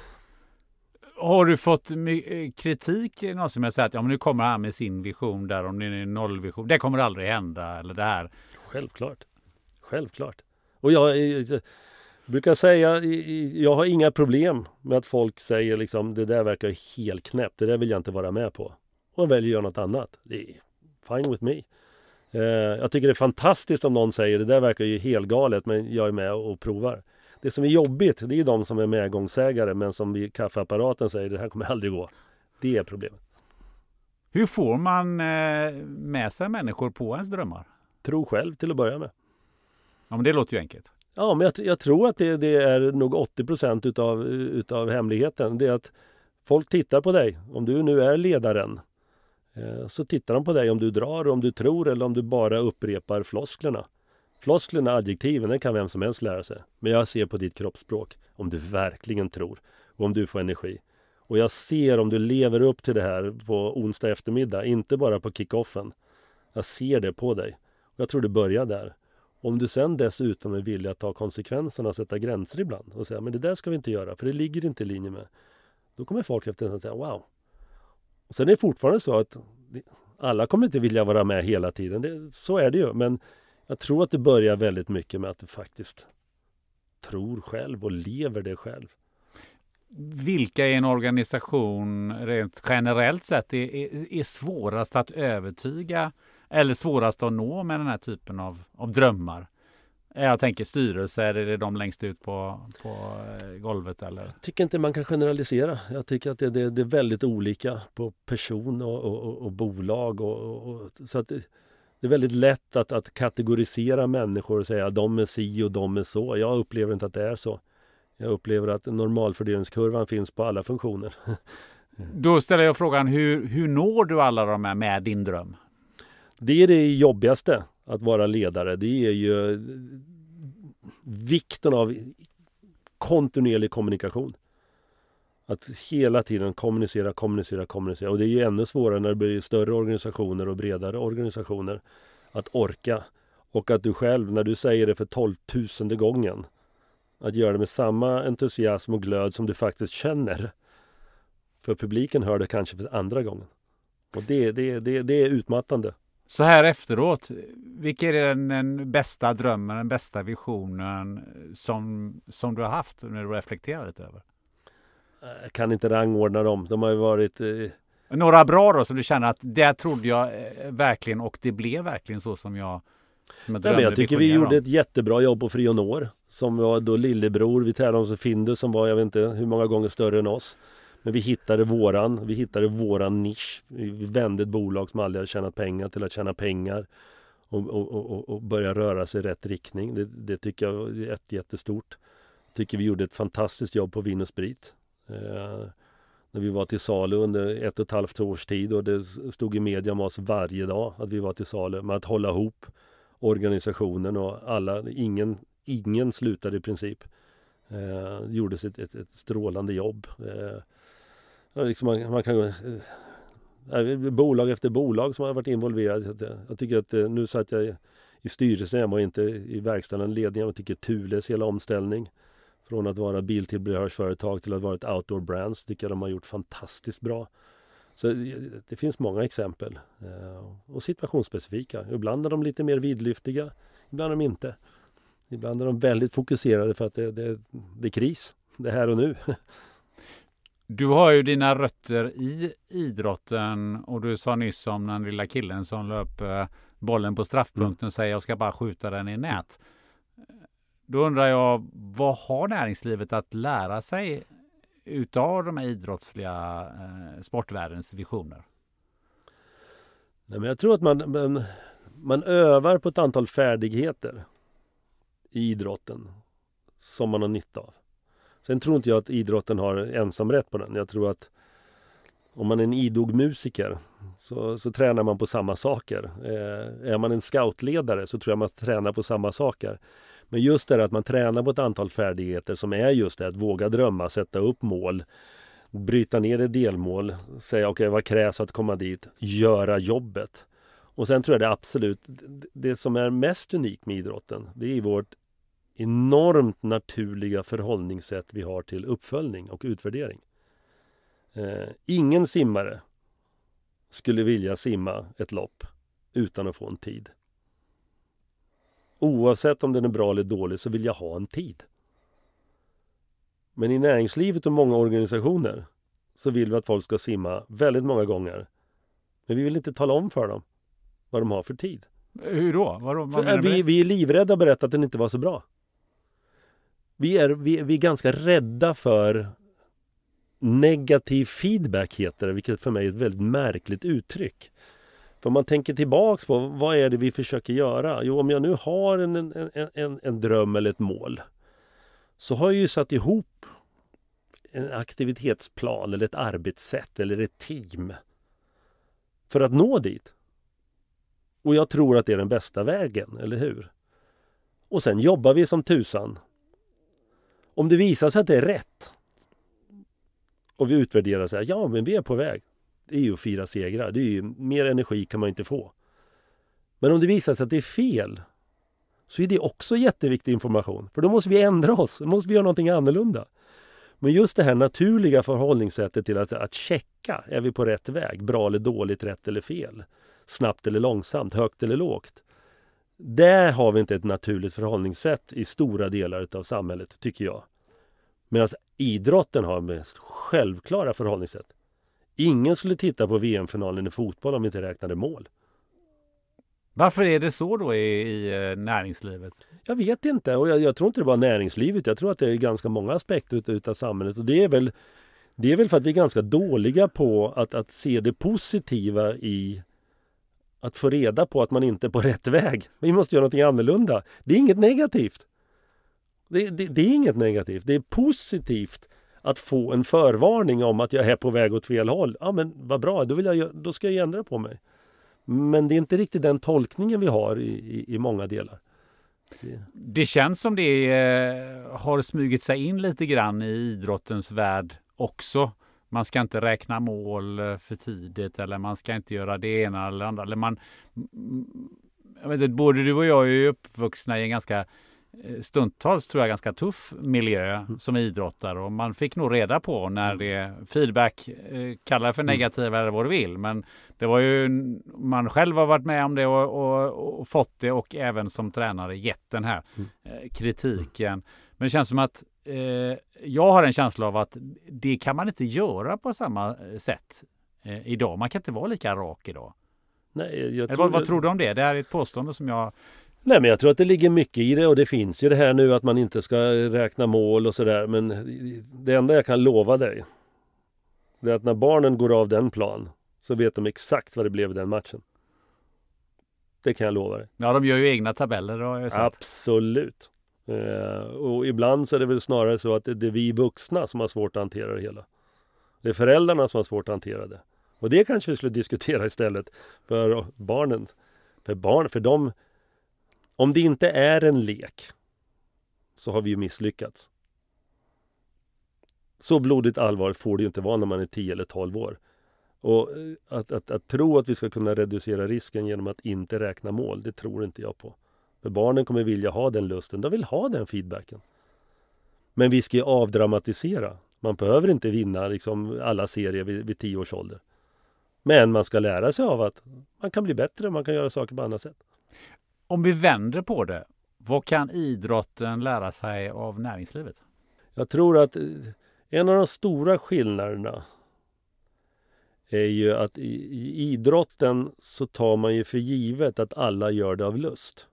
Har du fått kritik någon som jag säger att men nu kommer han med sin vision där, om det är en nollvision. Det kommer aldrig hända, eller det här. Självklart. Och jag brukar säga, jag har inga problem med att folk säger liksom, det där verkar helt knäppt. Det där vill jag inte vara med på. Och väljer göra något annat. Det är fine with me. Jag tycker det är fantastiskt om någon säger, det där verkar ju helt galet, men jag är med och provar. Det som är jobbigt, det är de som är medgångsägare, men som vid kaffeapparaten säger, det här kommer aldrig gå. Det är problemet. Hur får man med sig människor på ens drömmar? Tro själv till att börja med. Ja, men det låter ju enkelt. Ja, men jag tror att det är nog 80% utav hemligheten. Det är att folk tittar på dig. Om du nu är ledaren, så tittar de på dig om du drar, om du tror eller om du bara upprepar flosklerna. Flosklerna, adjektiven, det kan vem som helst lära sig. Men jag ser på ditt kroppsspråk om du verkligen tror och om du får energi. Och jag ser om du lever upp till det här på onsdag eftermiddag, inte bara på kickoffen. Jag ser det på dig. Och jag tror det börjar där. Om du sen dessutom är villig att ta konsekvenserna och sätta gränser ibland och säga, men det där ska vi inte göra för det ligger inte i linje med. Då kommer folk efter att säga, wow. Och sen är det fortfarande så att alla kommer inte vilja vara med hela tiden. Så är det ju, men jag tror att det börjar väldigt mycket med att du faktiskt tror själv och lever det själv. Vilka i en organisation rent generellt sett är svårast att övertyga eller svårast att nå med den här typen av drömmar? Jag tänker styrelse, är det de längst ut på golvet? Eller? Jag tycker inte man kan generalisera. Jag tycker att det är väldigt olika på person och bolag. Så att det är väldigt lätt att kategorisera människor och säga att de är si och de är så. Jag upplever inte att det är så. Jag upplever att normalfördelningskurvan finns på alla funktioner. Då ställer jag frågan, hur når du alla de här med din dröm? Det är det jobbigaste att vara ledare. Det är ju vikten av kontinuerlig kommunikation. Att hela tiden kommunicera. Och det är ju ännu svårare när det blir större organisationer och bredare organisationer att orka. Och att du själv, när du säger det för 12,000:e gången, att göra det med samma entusiasm och glöd som du faktiskt känner. För publiken hör det kanske för andra gången. Och det är utmattande. Så här efteråt, vilken är den bästa drömmen, den bästa visionen som du har haft när du reflekterar lite över? Jag kan inte rangordna dem. De har ju varit... Några bra då som du känner att det trodde jag verkligen och det blev verkligen så som jag drömde. Men jag tycker vi gjorde ett jättebra jobb på Frionor som var då lillebror. Vi tävlade om Findus som var, jag vet inte hur många gånger större än oss. Men vi hittade våran nisch. Vi vände ett bolag som aldrig hade tjänat pengar till att tjäna pengar och börja röra sig i rätt riktning. Det tycker jag är jättestort. Tycker vi gjorde ett fantastiskt jobb på Vin och Sprit. när vi var till salu under 1,5 års tid, och det stod i media om oss varje dag att vi var till salu, med att hålla ihop organisationen, och ingen slutade i princip. Gjorde ett strålande jobb. Liksom man kan bolag efter bolag som har varit involverade. Jag tycker att nu satt jag i styrelsen, jag var inte i verkställande ledningen. Jag tycker Thules hela omställning från att vara biltillbehörsföretag till att vara ett outdoor brand, så tycker jag de har gjort fantastiskt bra. Så det finns många exempel, och situationsspecifika. Ibland är de lite mer vidlyftiga, ibland är de inte. Ibland är de väldigt fokuserade för att det är kris, det är här och nu. Du har ju dina rötter i idrotten, och du sa nyss om den lilla killen som löp bollen på straffpunkten och säger jag ska bara skjuta den i nät. Då undrar jag, vad har näringslivet att lära sig utav de här idrottsliga sportvärldens visioner? Nej, men jag tror att man övar på ett antal färdigheter i idrotten som man har nytta av. Sen tror inte jag att idrotten har ensamrätt på den. Jag tror att om man är en idog musiker så tränar man på samma saker. Är man en scoutledare så tror jag man tränar på samma saker. Men just det att man tränar på ett antal färdigheter som är just det att våga drömma, sätta upp mål, bryta ner det delmål, säga okej, vad krävs att komma dit, göra jobbet. Och sen tror jag det absolut, det som är mest unikt med idrotten, det är vårt enormt naturliga förhållningssätt vi har till uppföljning och utvärdering. Ingen simmare skulle vilja simma ett lopp utan att få en tid. Oavsett om den är bra eller dålig så vill jag ha en tid. Men i näringslivet och många organisationer så vill vi att folk ska simma väldigt många gånger. Men vi vill inte tala om för dem vad de har för tid. Hur då? Vi är livrädda att berätta att den inte var så bra. Vi är ganska rädda för negativ feedback, heter det, vilket för mig är ett väldigt märkligt uttryck. För man tänker tillbaks på vad är det vi försöker göra? Jo, om jag nu har en dröm eller ett mål, så har jag ju satt ihop en aktivitetsplan eller ett arbetssätt eller ett team för att nå dit. Och jag tror att det är den bästa vägen, eller hur? Och sen jobbar vi som tusan. Om det visar sig att det är rätt och vi utvärderar så här, ja men vi är på väg. Det är ju att fira segrar. Det är ju, mer energi kan man inte få. Men om det visar sig att det är fel, så är det också jätteviktig information. För då måste vi ändra oss. Då måste vi göra någonting annorlunda. Men just det här naturliga förhållningssättet till att checka, är vi på rätt väg? Bra eller dåligt, rätt eller fel? Snabbt eller långsamt, högt eller lågt? Där har vi inte ett naturligt förhållningssätt i stora delar av samhället, tycker jag. Medan idrotten har med självklara förhållningssätt. Ingen skulle titta på VM-finalen i fotboll om vi inte räknade mål. Varför är det så då i näringslivet? Jag vet inte, och jag tror inte det var näringslivet. Jag tror att det är ganska många aspekter utav samhället. Och det är väl för att vi är ganska dåliga på att se det positiva i att få reda på att man inte är på rätt väg. Vi måste göra någonting annorlunda. Det är inget negativt. Det är inget negativt. Det är positivt att få en förvarning om att jag är på väg åt fel håll. Ja, men vad bra, då ska jag ändra på mig. Men det är inte riktigt den tolkningen vi har i många delar. Det känns som det har smugit sig in lite grann i idrottens värld också. Man ska inte räkna mål för tidigt, eller man ska inte göra det ena eller andra. Eller jag vet inte, både du och jag är ju uppvuxna i en ganska stundtals tror jag ganska tuff miljö som idrottare, och man fick nog reda på när det feedback kallar för negativa eller vad du vill, men det var ju man själv har varit med om det och fått det, och även som tränare gett den här kritiken. Men det känns som att jag har en känsla av att det kan man inte göra på samma sätt idag. Man kan inte vara lika rak idag. Nej, vad tror du om det? Det här är ett påstående som jag... Nej, men jag tror att det ligger mycket i det, och det finns ju det här nu att man inte ska räkna mål och sådär. Men det enda jag kan lova dig, det är att när barnen går av den plan så vet de exakt vad det blev i den matchen. Det kan jag lova dig. Ja, de gör ju egna tabeller. Har jag sett. Absolut. Och ibland så är det väl snarare så att det är vi vuxna som har svårt att hantera det hela. Det är föräldrarna som har svårt att hantera det. Och det kanske vi skulle diskutera istället för barnen. För dem, om det inte är en lek så har vi ju misslyckats. Så blodigt allvar får det ju inte vara när man är 10 eller 12 år. Och att tro att vi ska kunna reducera risken genom att inte räkna mål, det tror inte jag på. För barnen kommer vilja ha den lusten, de vill ha den feedbacken. Men vi ska ju avdramatisera. Man behöver inte vinna liksom alla serier vid 10 års ålder. Men man ska lära sig av att man kan bli bättre, man kan göra saker på annat sätt. Om vi vänder på det, vad kan idrotten lära sig av näringslivet? Jag tror att en av de stora skillnaderna är ju att i idrotten så tar man ju för givet att alla gör det av lust.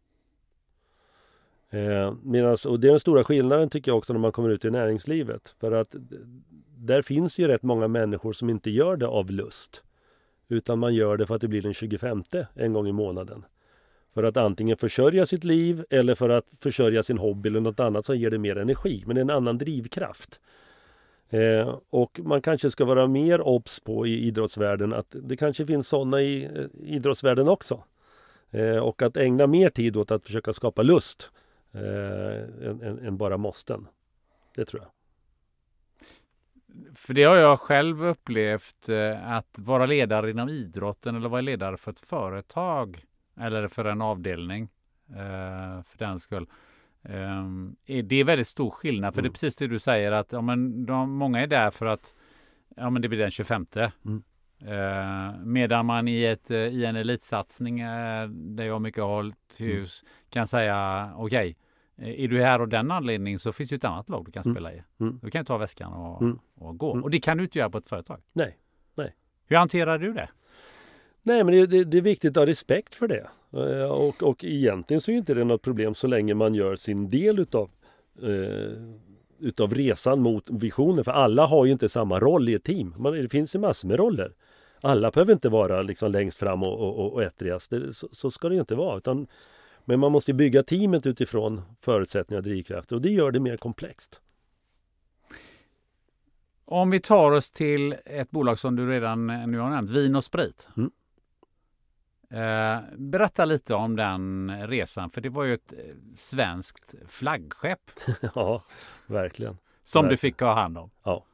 Och det är den stora skillnaden tycker jag också när man kommer ut i näringslivet. För att där finns ju rätt många människor som inte gör det av lust. Utan man gör det för att det blir den 25:e en gång i månaden. För att antingen försörja sitt liv eller för att försörja sin hobby eller något annat som ger det mer energi. Men det är en annan drivkraft. Och man kanske ska vara mer obs på i idrottsvärlden att det kanske finns sådana i idrottsvärlden också. Och att ägna mer tid åt att försöka skapa lust än bara måsten. Det tror jag. För det har jag själv upplevt, att vara ledare inom idrotten eller vara ledare för ett företag eller för en avdelning för den skull. Det är väldigt stor skillnad. För det är precis det du säger att många är där för att det blir den 25:e. Medan man i en elitsatsning där jag mycket har hållit hus kan säga okej, är du här av den anledningen så finns ju ett annat lag du kan spela i. Du kan ta väskan och gå. Och det kan du inte göra på ett företag. Nej. Hur hanterar du det? Nej, men det är viktigt att ha respekt för det. Och egentligen så är inte det något problem så länge man gör sin del utav resan mot visionen. För alla har ju inte samma roll i ett team. Det finns ju massor med roller. Alla behöver inte vara liksom längst fram och ettrigast. Så ska det ju inte vara. Men man måste bygga teamet utifrån förutsättningar och drivkrafter. Och det gör det mer komplext. Om vi tar oss till ett bolag som du redan nu har nämnt, Vin & Sprit. Berätta lite om den resan. För det var ju ett svenskt flaggskepp. Ja, verkligen. Som du fick ha hand om. Ja.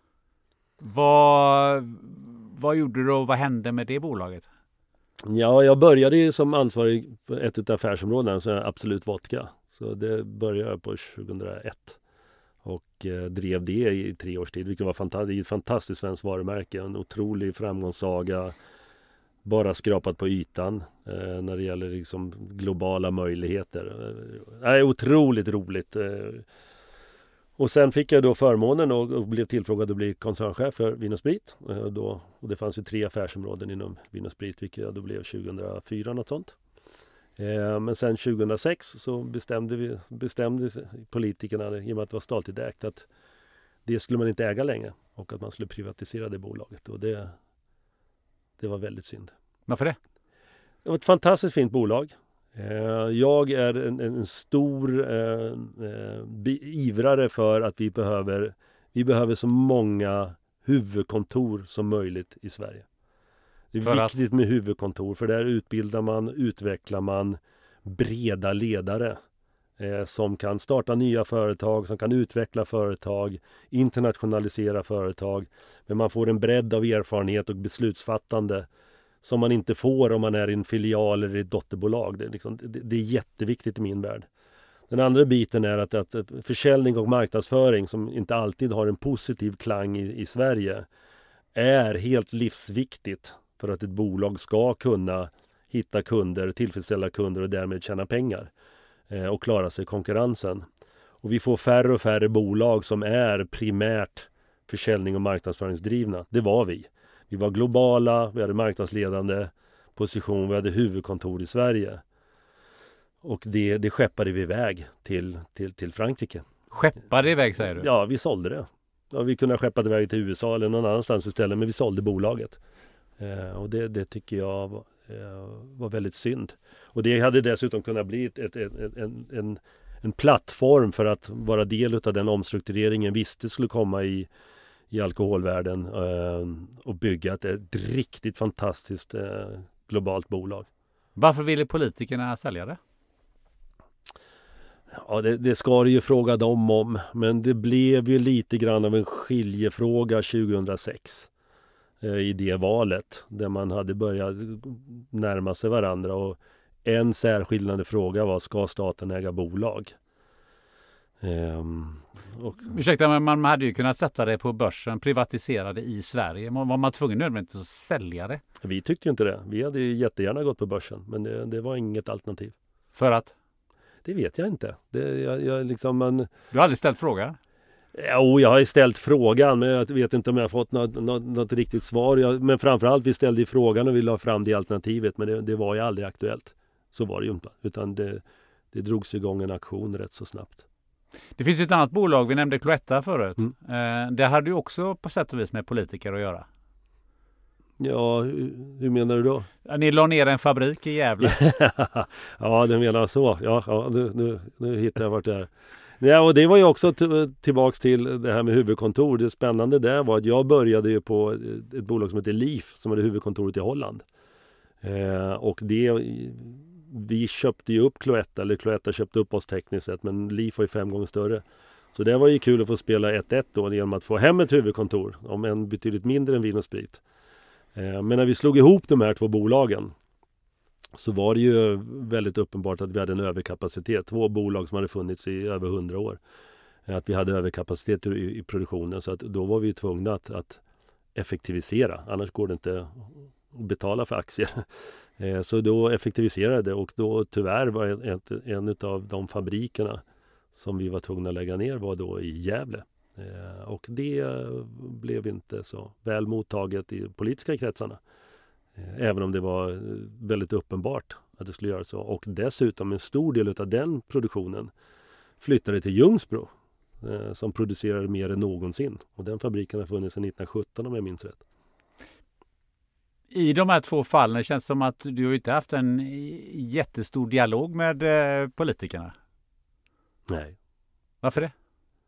Vad gjorde du och vad hände med det bolaget? Ja, jag började ju som ansvarig på ett av affärsområdena, så Absolut Vodka. Så det började jag på 2001. Och drev det i 3 års tid. Vilket var fantastiskt. Det är ett fantastiskt svenskt varumärke. En otrolig framgångssaga. Bara skrapat på ytan när det gäller liksom globala möjligheter. Det är otroligt roligt. Och sen fick jag då förmånen och blev tillfrågad att bli koncernchef för Vin & Sprit. Och det fanns ju 3 affärsområden inom Vin & Sprit, vilket jag då blev 2004, något sånt. Men sen 2006 så bestämde politikerna, i och med att det var statligt ägt, att det skulle man inte äga längre. Och att man skulle privatisera det bolaget. Och det var väldigt synd. Varför det? Det var ett fantastiskt fint bolag. Jag är en stor ivrare för att vi behöver så många huvudkontor som möjligt i Sverige. Det är viktigt med huvudkontor, för där utbildar man, utvecklar man breda ledare som kan starta nya företag, som kan utveckla företag, internationalisera företag. Men man får en bredd av erfarenhet och beslutsfattande som man inte får om man är i en filial eller i ett dotterbolag. Det är jätteviktigt i min värld. Den andra biten är att försäljning och marknadsföring, som inte alltid har en positiv klang i Sverige, är helt livsviktigt för att ett bolag ska kunna hitta kunder, tillfredsställa kunder och därmed tjäna pengar och klara sig i konkurrensen. Och vi får färre och färre bolag som är primärt försäljning och marknadsföringsdrivna. Det var vi. Vi var globala, vi hade marknadsledande position, vi hade huvudkontor i Sverige. Och det skeppade vi iväg till Frankrike. Skeppade iväg, säger du? Ja, vi sålde det. Ja, vi kunde ha skeppat iväg till USA eller någon annanstans istället, men vi sålde bolaget. Och det tycker jag var väldigt synd. Och det hade dessutom kunnat bli en plattform för att vara del av den omstruktureringen visste skulle komma i i alkoholvärlden och bygga ett riktigt fantastiskt globalt bolag. Varför ville politikerna sälja det? Ja, det ska du ju fråga dem om, men det blev ju lite grann av en skiljefråga 2006 i det valet, där man hade börjat närma sig varandra, och en särskiljande fråga var: ska staten äga bolag? Ursäkta, men man hade ju kunnat sätta det på börsen, privatisera det i Sverige. Var man tvungen nödvändigt att sälja det? Vi tyckte inte det. Vi hade jättegärna gått på börsen, men det var inget alternativ. För att? Det vet jag inte. Du har aldrig ställt frågan? Jo, jag har ställt frågan, men jag vet inte om jag har fått något riktigt svar. Men framförallt, vi ställde frågan och vi la fram det alternativet, men det var ju aldrig aktuellt. Så var det ju inte. Utan det drogs igång en aktion rätt så snabbt. Det finns ett annat bolag, vi nämnde Cloetta förut. Det hade ju också på sätt och vis med politiker att göra. Ja, hur menar du då? Ni la ner en fabrik i Gävle. Ja, det menar så. Ja, nu hittar jag vart det är. Ja, och det var ju också tillbaks till det här med huvudkontor. Det spännande där var att jag började ju på ett bolag som heter Leaf, som hade huvudkontoret i Holland. Och vi köpte ju upp Cloetta, eller Cloetta köpte upp oss tekniskt sett, men Leaf var ju 5 gånger större. Så det var ju kul att få spela 1-1 då, genom att få hem ett huvudkontor, om en betydligt mindre än Vin och Sprit. Men när vi slog ihop de här 2 bolagen, så var det ju väldigt uppenbart att vi hade en överkapacitet. 2 bolag som hade funnits i över 100 år. Att vi hade överkapacitet i produktionen, så att då var vi tvungna att effektivisera. Annars går det inte att betala för aktier. Så då effektiviserade det, och då tyvärr var en av de fabrikerna som vi var tvungna att lägga ner var då i Gävle. Och det blev inte så väl mottaget i politiska kretsarna. Även om det var väldigt uppenbart att det skulle göra så. Och dessutom en stor del av den produktionen flyttade till Ljungsbro, som producerade mer än någonsin. Och den fabriken har funnits sedan 1917 om jag minns rätt. I de här 2 fallen känns det som att du har inte haft en jättestor dialog med politikerna. Nej. Varför det?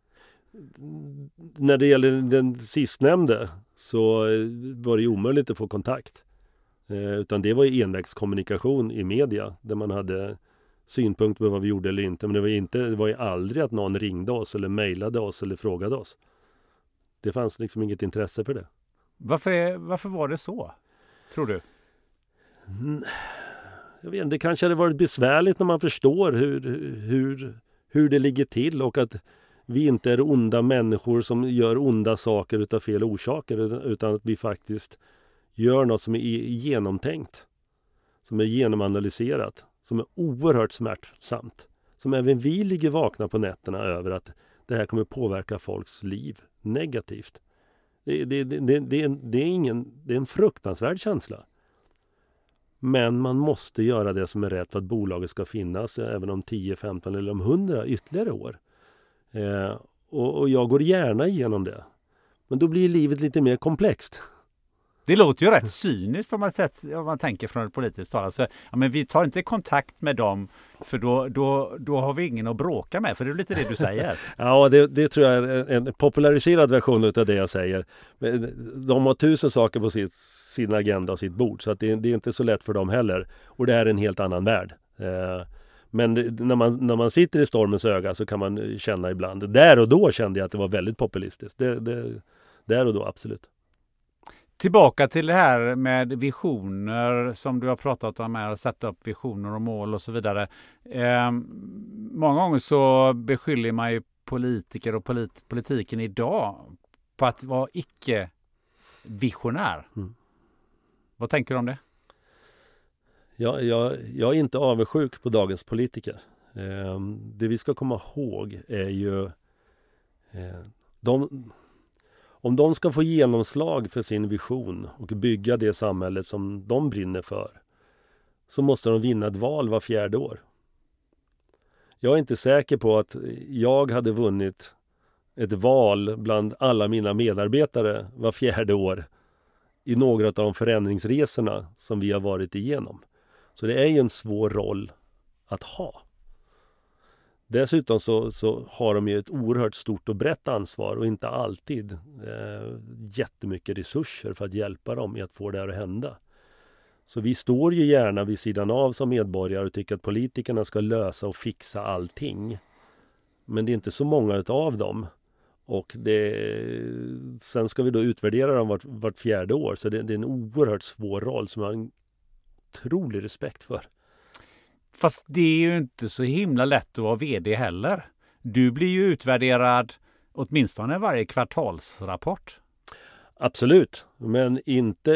När det gäller den sistnämnde så var det omöjligt att få kontakt. Utan det var ju envägskommunikation i media, där man hade synpunkter på vad vi gjorde eller inte. Men det var ju aldrig att någon ringde oss eller mejlade oss eller frågade oss. Det fanns liksom inget intresse för det. Varför var det så, tror du? Jag vet inte, det kanske hade varit besvärligt när man förstår hur det ligger till, och att vi inte är onda människor som gör onda saker utav fel orsaker, utan att vi faktiskt gör något som är genomtänkt, som är genomanalyserat, som är oerhört smärtsamt, som även vi ligger vakna på nätterna över att det här kommer påverka folks liv negativt. Det är en fruktansvärd känsla. Men man måste göra det som är rätt för att bolaget ska finnas även om 10, 15 eller om 100 ytterligare år. Och jag går gärna igenom det. Men då blir livet lite mer komplext. Det låter ju rätt cyniskt om man tänker från ett politiskt tal. Alltså, men vi tar inte kontakt med dem, för då har vi ingen att bråka med. För det är lite det du säger. Ja, det tror jag är en populariserad version av det jag säger. De har 1000 saker på sin agenda och sitt bord. Så att det är inte så lätt för dem heller. Och det är en helt annan värld. Men när man sitter i stormens öga så kan man känna ibland. Där och då kände jag att det var väldigt populistiskt. Där och då, absolut. Tillbaka till det här med visioner som du har pratat om, att sätta upp visioner och mål och så vidare. Många gånger så beskyller man ju politiker och politiken idag på att vara icke-visionär. Vad tänker du om det? Jag är inte avundsjuk på dagens politiker. Det vi ska komma ihåg är ju om de ska få genomslag för sin vision och bygga det samhället som de brinner för, så måste de vinna ett val var 4:e år. Jag är inte säker på att jag hade vunnit ett val bland alla mina medarbetare var 4:e år i några av de förändringsresorna som vi har varit igenom. Så det är ju en svår roll att ha. Dessutom så har de ju ett oerhört stort och brett ansvar och inte alltid jättemycket resurser för att hjälpa dem i att få det här att hända. Så vi står ju gärna vid sidan av som medborgare och tycker att politikerna ska lösa och fixa allting. Men det är inte så många av dem. Och sen ska vi då utvärdera dem vart fjärde år. Så det är en oerhört svår roll som jag har en otrolig respekt för. Fast det är ju inte så himla lätt att vara vd heller. Du blir ju utvärderad åtminstone varje kvartalsrapport. Absolut, men inte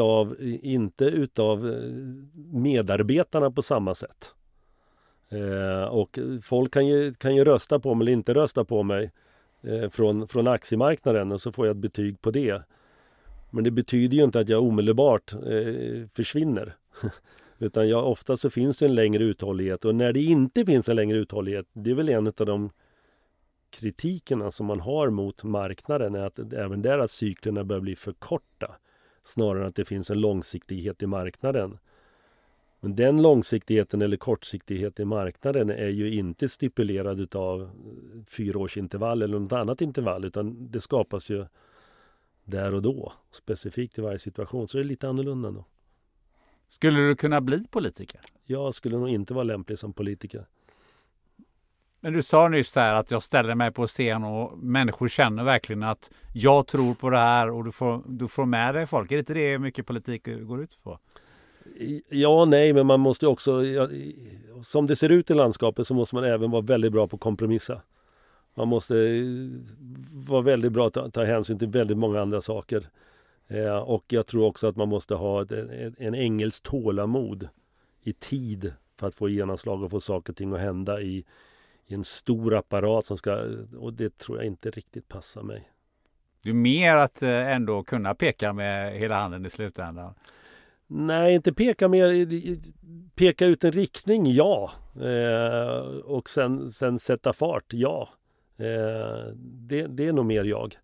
utav medarbetarna på samma sätt. Och folk kan ju rösta på mig eller inte rösta på mig från aktiemarknaden, och så får jag ett betyg på det. Men det betyder ju inte att jag omedelbart försvinner. Utan ofta så finns det en längre uthållighet, och när det inte finns en längre uthållighet, det är väl en av de kritikerna som man har mot marknaden, är att även där att cyklerna börjar bli för korta, snarare än att det finns en långsiktighet i marknaden. Men den långsiktigheten eller kortsiktigheten i marknaden är ju inte stipulerad av 4-årsintervall eller något annat intervall, utan det skapas ju där och då, specifikt i varje situation, så det är lite annorlunda då. Skulle du kunna bli politiker? Jag skulle nog inte vara lämplig som politiker. Men du sa nyss här att jag ställer mig på scen och människor känner verkligen att jag tror på det här, och du får med dig folk. Är det inte det mycket politik går ut på? Ja, nej, men man måste också, som det ser ut i landskapet, så måste man även vara väldigt bra på att kompromissa. Man måste vara väldigt bra att ta hänsyn till väldigt många andra saker. Och jag tror också att man måste ha en engelsk tålamod i tid för att få genomslag och få saker och ting att hända i en stor apparat som ska, och det tror jag inte riktigt passar mig. Det är mer att ändå kunna peka med hela handen i slutändan. Nej, inte peka ut en riktning, ja. Och sen sätta fart, ja. Det är nog mer jag.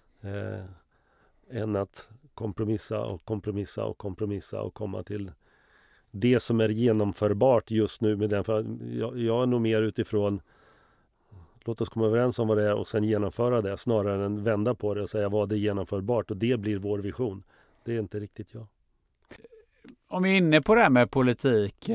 Än att kompromissa och komma till det som är genomförbart just nu med den. För jag är nog mer utifrån, låt oss komma överens om vad det är och sen genomföra det, snarare än vända på det och säga vad det är genomförbart, och det blir vår vision. Det är inte riktigt jag. Om vi är inne på det här med politik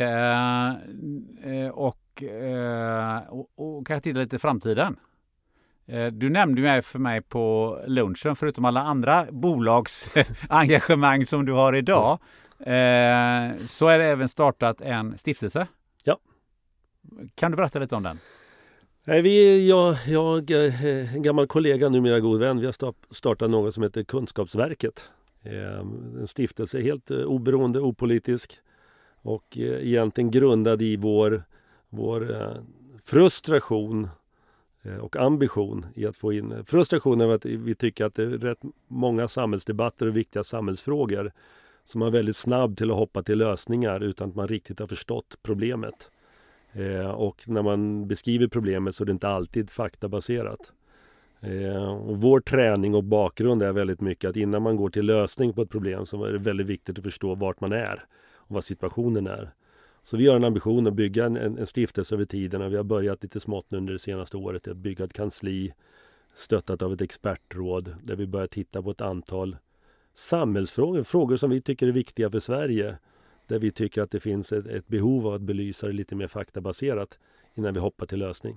och kanske titta lite i framtiden. Du nämnde ju för mig på lunchen, förutom alla andra bolagsengagemang som du har idag, så är det även startat en stiftelse. Ja. Kan du berätta lite om den? Nej, jag en gammal kollega, numera god vän, vi har startat något som heter Kunskapsverket. En stiftelse helt oberoende, opolitisk och egentligen grundad i vår frustration och ambition i att få in frustration över att vi tycker att det är rätt många samhällsdebatter och viktiga samhällsfrågor som är väldigt snabb till att hoppa till lösningar utan att man riktigt har förstått problemet. Och när man beskriver problemet så är det inte alltid faktabaserat. Och vår träning och bakgrund är väldigt mycket att innan man går till lösning på ett problem så är det väldigt viktigt att förstå vart man är och vad situationen är. Så vi har en ambition att bygga en stiftelse över tiden, och vi har börjat lite smått under det senaste året att bygga ett kansli stöttat av ett expertråd där vi börjar titta på ett antal samhällsfrågor, frågor som vi tycker är viktiga för Sverige, där vi tycker att det finns ett behov av att belysa det lite mer faktabaserat innan vi hoppar till lösning.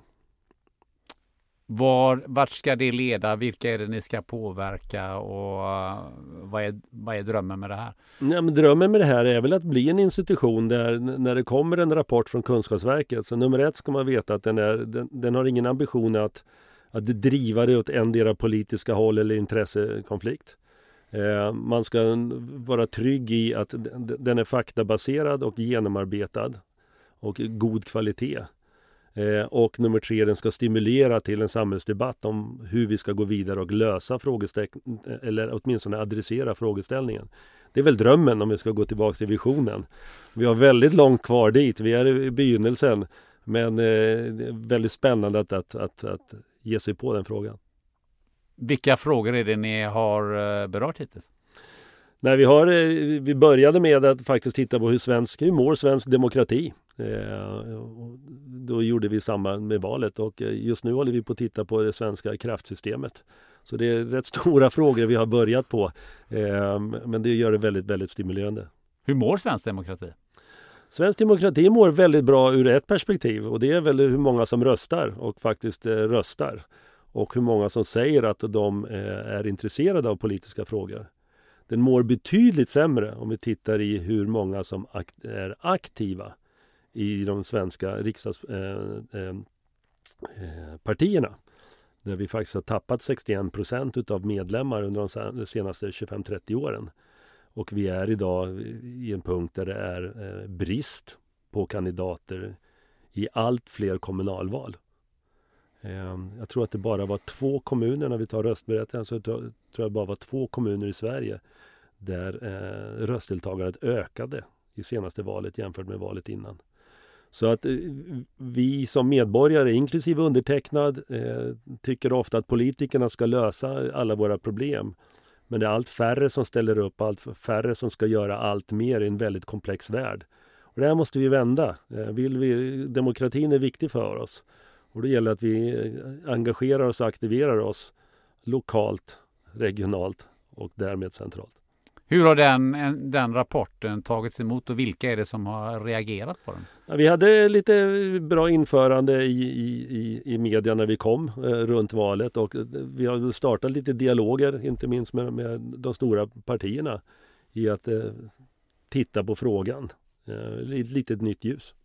Vart ska det leda? Vilka är det ni ska påverka, och vad är drömmen med det här? Ja, men drömmen med det här är väl att bli en institution där när det kommer en rapport från Kunskapsverket, så nummer 1 ska man veta att den har ingen ambition att driva det åt endera politiska håll eller intressekonflikt. Man ska vara trygg i att den är faktabaserad och genomarbetad och god kvalitet. Och nummer 3, den ska stimulera till en samhällsdebatt om hur vi ska gå vidare och lösa eller åtminstone adressera frågeställningen. Det är väl drömmen om vi ska gå tillbaka till visionen. Vi har väldigt långt kvar dit, vi är i begynnelsen, men det är väldigt spännande att ge sig på den frågan. Vilka frågor är det ni har berört hittills? Nej, vi började med att faktiskt titta på hur mår svensk demokrati. Då gjorde vi samma med valet och just nu håller vi på att titta på det svenska kraftsystemet. Så det är rätt stora frågor vi har börjat på, men det gör det väldigt, väldigt stimulerande. Hur mår svensk demokrati? Svensk demokrati mår väldigt bra ur ett perspektiv och det är väl hur många som röstar och faktiskt röstar. Och hur många som säger att de är intresserade av politiska frågor. Den mår betydligt sämre om vi tittar i hur många som är aktiva i de svenska riksdagspartierna. Där vi faktiskt har tappat 61% av medlemmar under de senaste 25-30 åren. Och vi är idag i en punkt där det är brist på kandidater i allt fler kommunalval. Jag tror att det bara var 2 kommuner, när vi tar röstberättelsen, så tror jag bara var 2 kommuner i Sverige där röstdeltagandet ökade i senaste valet jämfört med valet innan. Så att vi som medborgare, inklusive undertecknad, tycker ofta att politikerna ska lösa alla våra problem. Men det är allt färre som ställer upp, allt färre som ska göra allt mer i en väldigt komplex värld. Och det här måste vi vända. Demokratin är viktig för oss. Och det gäller att vi engagerar oss och aktiverar oss lokalt, regionalt och därmed centralt. Hur har den rapporten tagits emot och vilka är det som har reagerat på den? Ja, vi hade lite bra införande i media när vi kom runt valet och vi har startat lite dialoger, inte minst med de stora partierna, i att titta på frågan. Lite ett nytt ljus.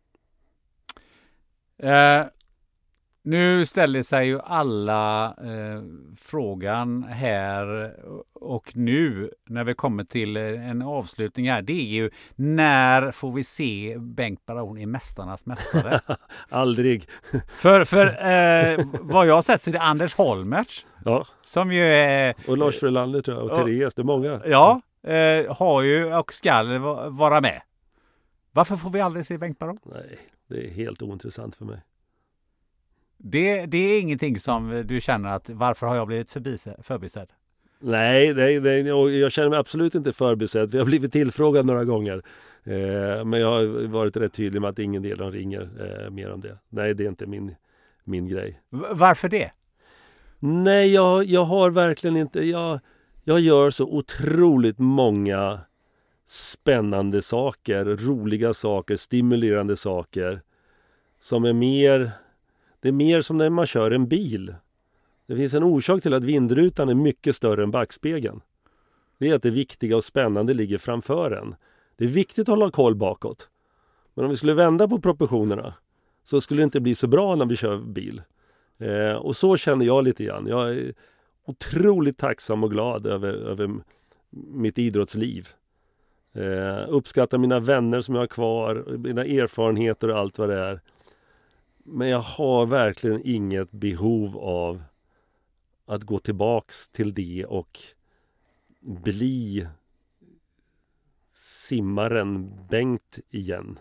Nu ställer sig ju alla frågan här och nu när vi kommer till en avslutning här, det är ju när får vi se Bengt Baron i Mästarnas mästare? Aldrig. För vad jag har sett så är det Anders Holmertz. Ja. Som ju är... Och Lars Frölander tror jag, och Therese, det är många. Ja, har ju och ska vara med. Varför får vi aldrig se Bengt Baron? Nej, det är helt ointressant för mig. Det är ingenting som du känner att varför har jag blivit förbisedd? Nej, och jag känner mig absolut inte förbisedd. Vi har blivit tillfrågad några gånger. Men jag har varit rätt tydlig med att ingen del de ringer mer om det. Nej, det är inte min grej. Varför det? Nej, jag har verkligen inte... Jag gör så otroligt många spännande saker, roliga saker, stimulerande saker som är mer... Det är mer som när man kör en bil. Det finns en orsak till att vindrutan är mycket större än backspegeln. Det är att det viktiga och spännande ligger framför en. Det är viktigt att hålla koll bakåt. Men om vi skulle vända på proportionerna så skulle det inte bli så bra när vi kör bil. Och så känner jag lite grann. Jag är otroligt tacksam och glad över mitt idrottsliv. Uppskattar mina vänner som jag har kvar, mina erfarenheter och allt vad det är. Men jag har verkligen inget behov av att gå tillbaks till det och bli simmaren Bengt igen.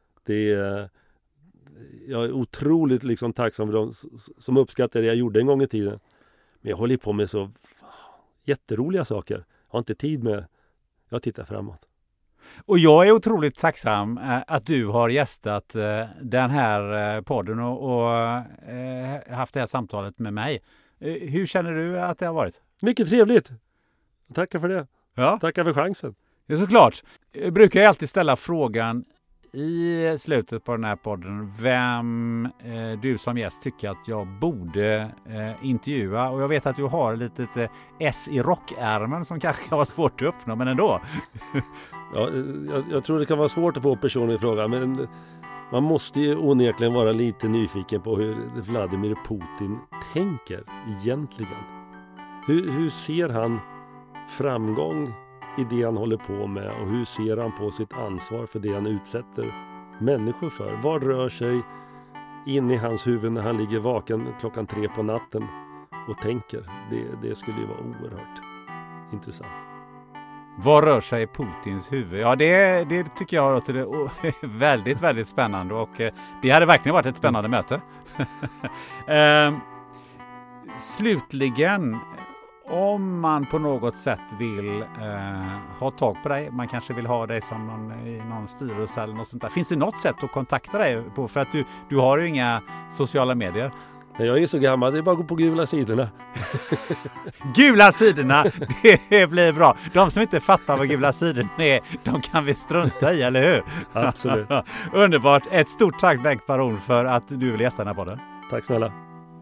Jag är otroligt tacksam för de som uppskattar det jag gjorde en gång i tiden. Men jag håller på med så jätteroliga saker. Jag har inte tid med. Jag tittar framåt. Och jag är otroligt tacksam att du har gästat den här podden och haft det här samtalet med mig. Hur känner du att det har varit? Mycket trevligt. Tackar för det. Ja. Tackar för chansen. Det är såklart. Jag brukar alltid ställa frågan i slutet på den här podden vem du som gäst tycker att jag borde intervjua. Och jag vet att du har lite S i rockärmen som kanske kan vara svårt att uppnå, men ändå. Ja, jag tror det kan vara svårt att få personer i fråga, men man måste ju onekligen vara lite nyfiken på hur Vladimir Putin tänker egentligen. Hur ser han framgång i det han håller på med och hur ser han på sitt ansvar för det han utsätter människor för? Vad rör sig in i hans huvud när han ligger vaken 3 på natten och tänker? Det skulle ju vara oerhört intressant. Vad rör sig i Putins huvud? Ja, det tycker jag låter väldigt, väldigt spännande och det hade verkligen varit ett spännande möte. Slutligen, om man på något sätt vill ha tag på dig, man kanske vill ha dig som i någon styrelse eller något sånt där. Finns det något sätt att kontakta dig på? För att du har ju inga sociala medier. Nej, jag är så gammal, det är bara att gå på Gula sidorna. Gula sidorna, det blir bra. De som inte fattar vad Gula sidorna är, de kan vi strunta i, eller hur? Absolut. Underbart. Ett stort tack Bengt Baron för att du vill gästa den här podden. Tack snälla.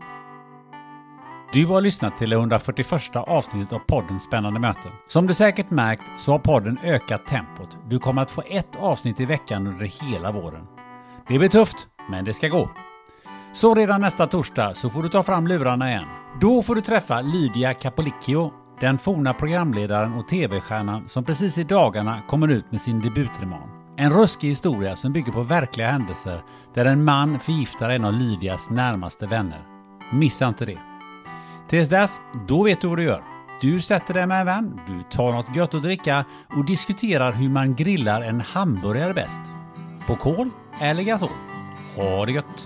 Du har lyssnat till det 141 avsnittet av podden Spännande möten. Som du säkert märkt så har podden ökat tempot. Du kommer att få ett avsnitt i veckan under hela våren. Det blir tufft, men det ska gå. Så redan nästa torsdag så får du ta fram lurarna igen. Då får du träffa Lydia Capolicchio, den forna programledaren och tv-stjärnan som precis i dagarna kommer ut med sin debutroman. En ruskig historia som bygger på verkliga händelser där en man förgiftar en av Lydias närmaste vänner. Missa inte det. Tills dess, då vet du vad du gör. Du sätter dig med en vän, du tar något gött att dricka och diskuterar hur man grillar en hamburgare bäst. På kol eller gasol. Ha det gött!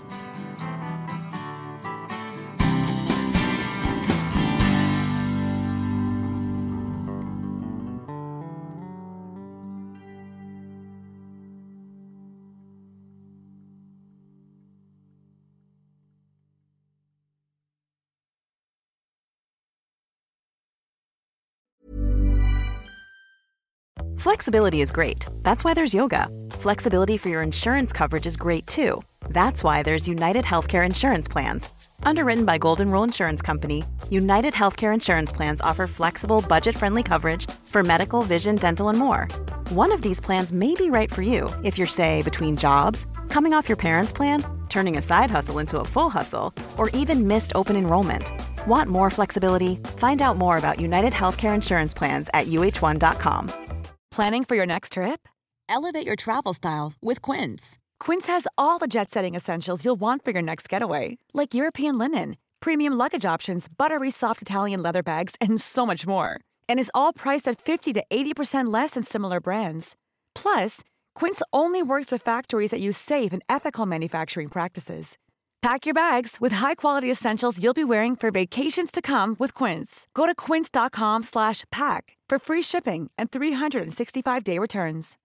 Flexibility is great. That's why there's yoga. Flexibility for your insurance coverage is great too. That's why there's United Healthcare Insurance Plans. Underwritten by Golden Rule Insurance Company, United Healthcare Insurance Plans offer flexible, budget-friendly coverage for medical, vision, dental, and more. One of these plans may be right for you if you're, say, between jobs, coming off your parents' plan, turning a side hustle into a full hustle, or even missed open enrollment. Want more flexibility? Find out more about United Healthcare Insurance Plans at uh1.com. Planning for your next trip? Elevate your travel style with Quince. Quince has all the jet-setting essentials you'll want for your next getaway, like European linen, premium luggage options, buttery soft Italian leather bags, and so much more. And is all priced at 50 to 80% less than similar brands. Plus, Quince only works with factories that use safe and ethical manufacturing practices. Pack your bags with high-quality essentials you'll be wearing for vacations to come with Quince. Go to quince.com/pack for free shipping and 365-day returns.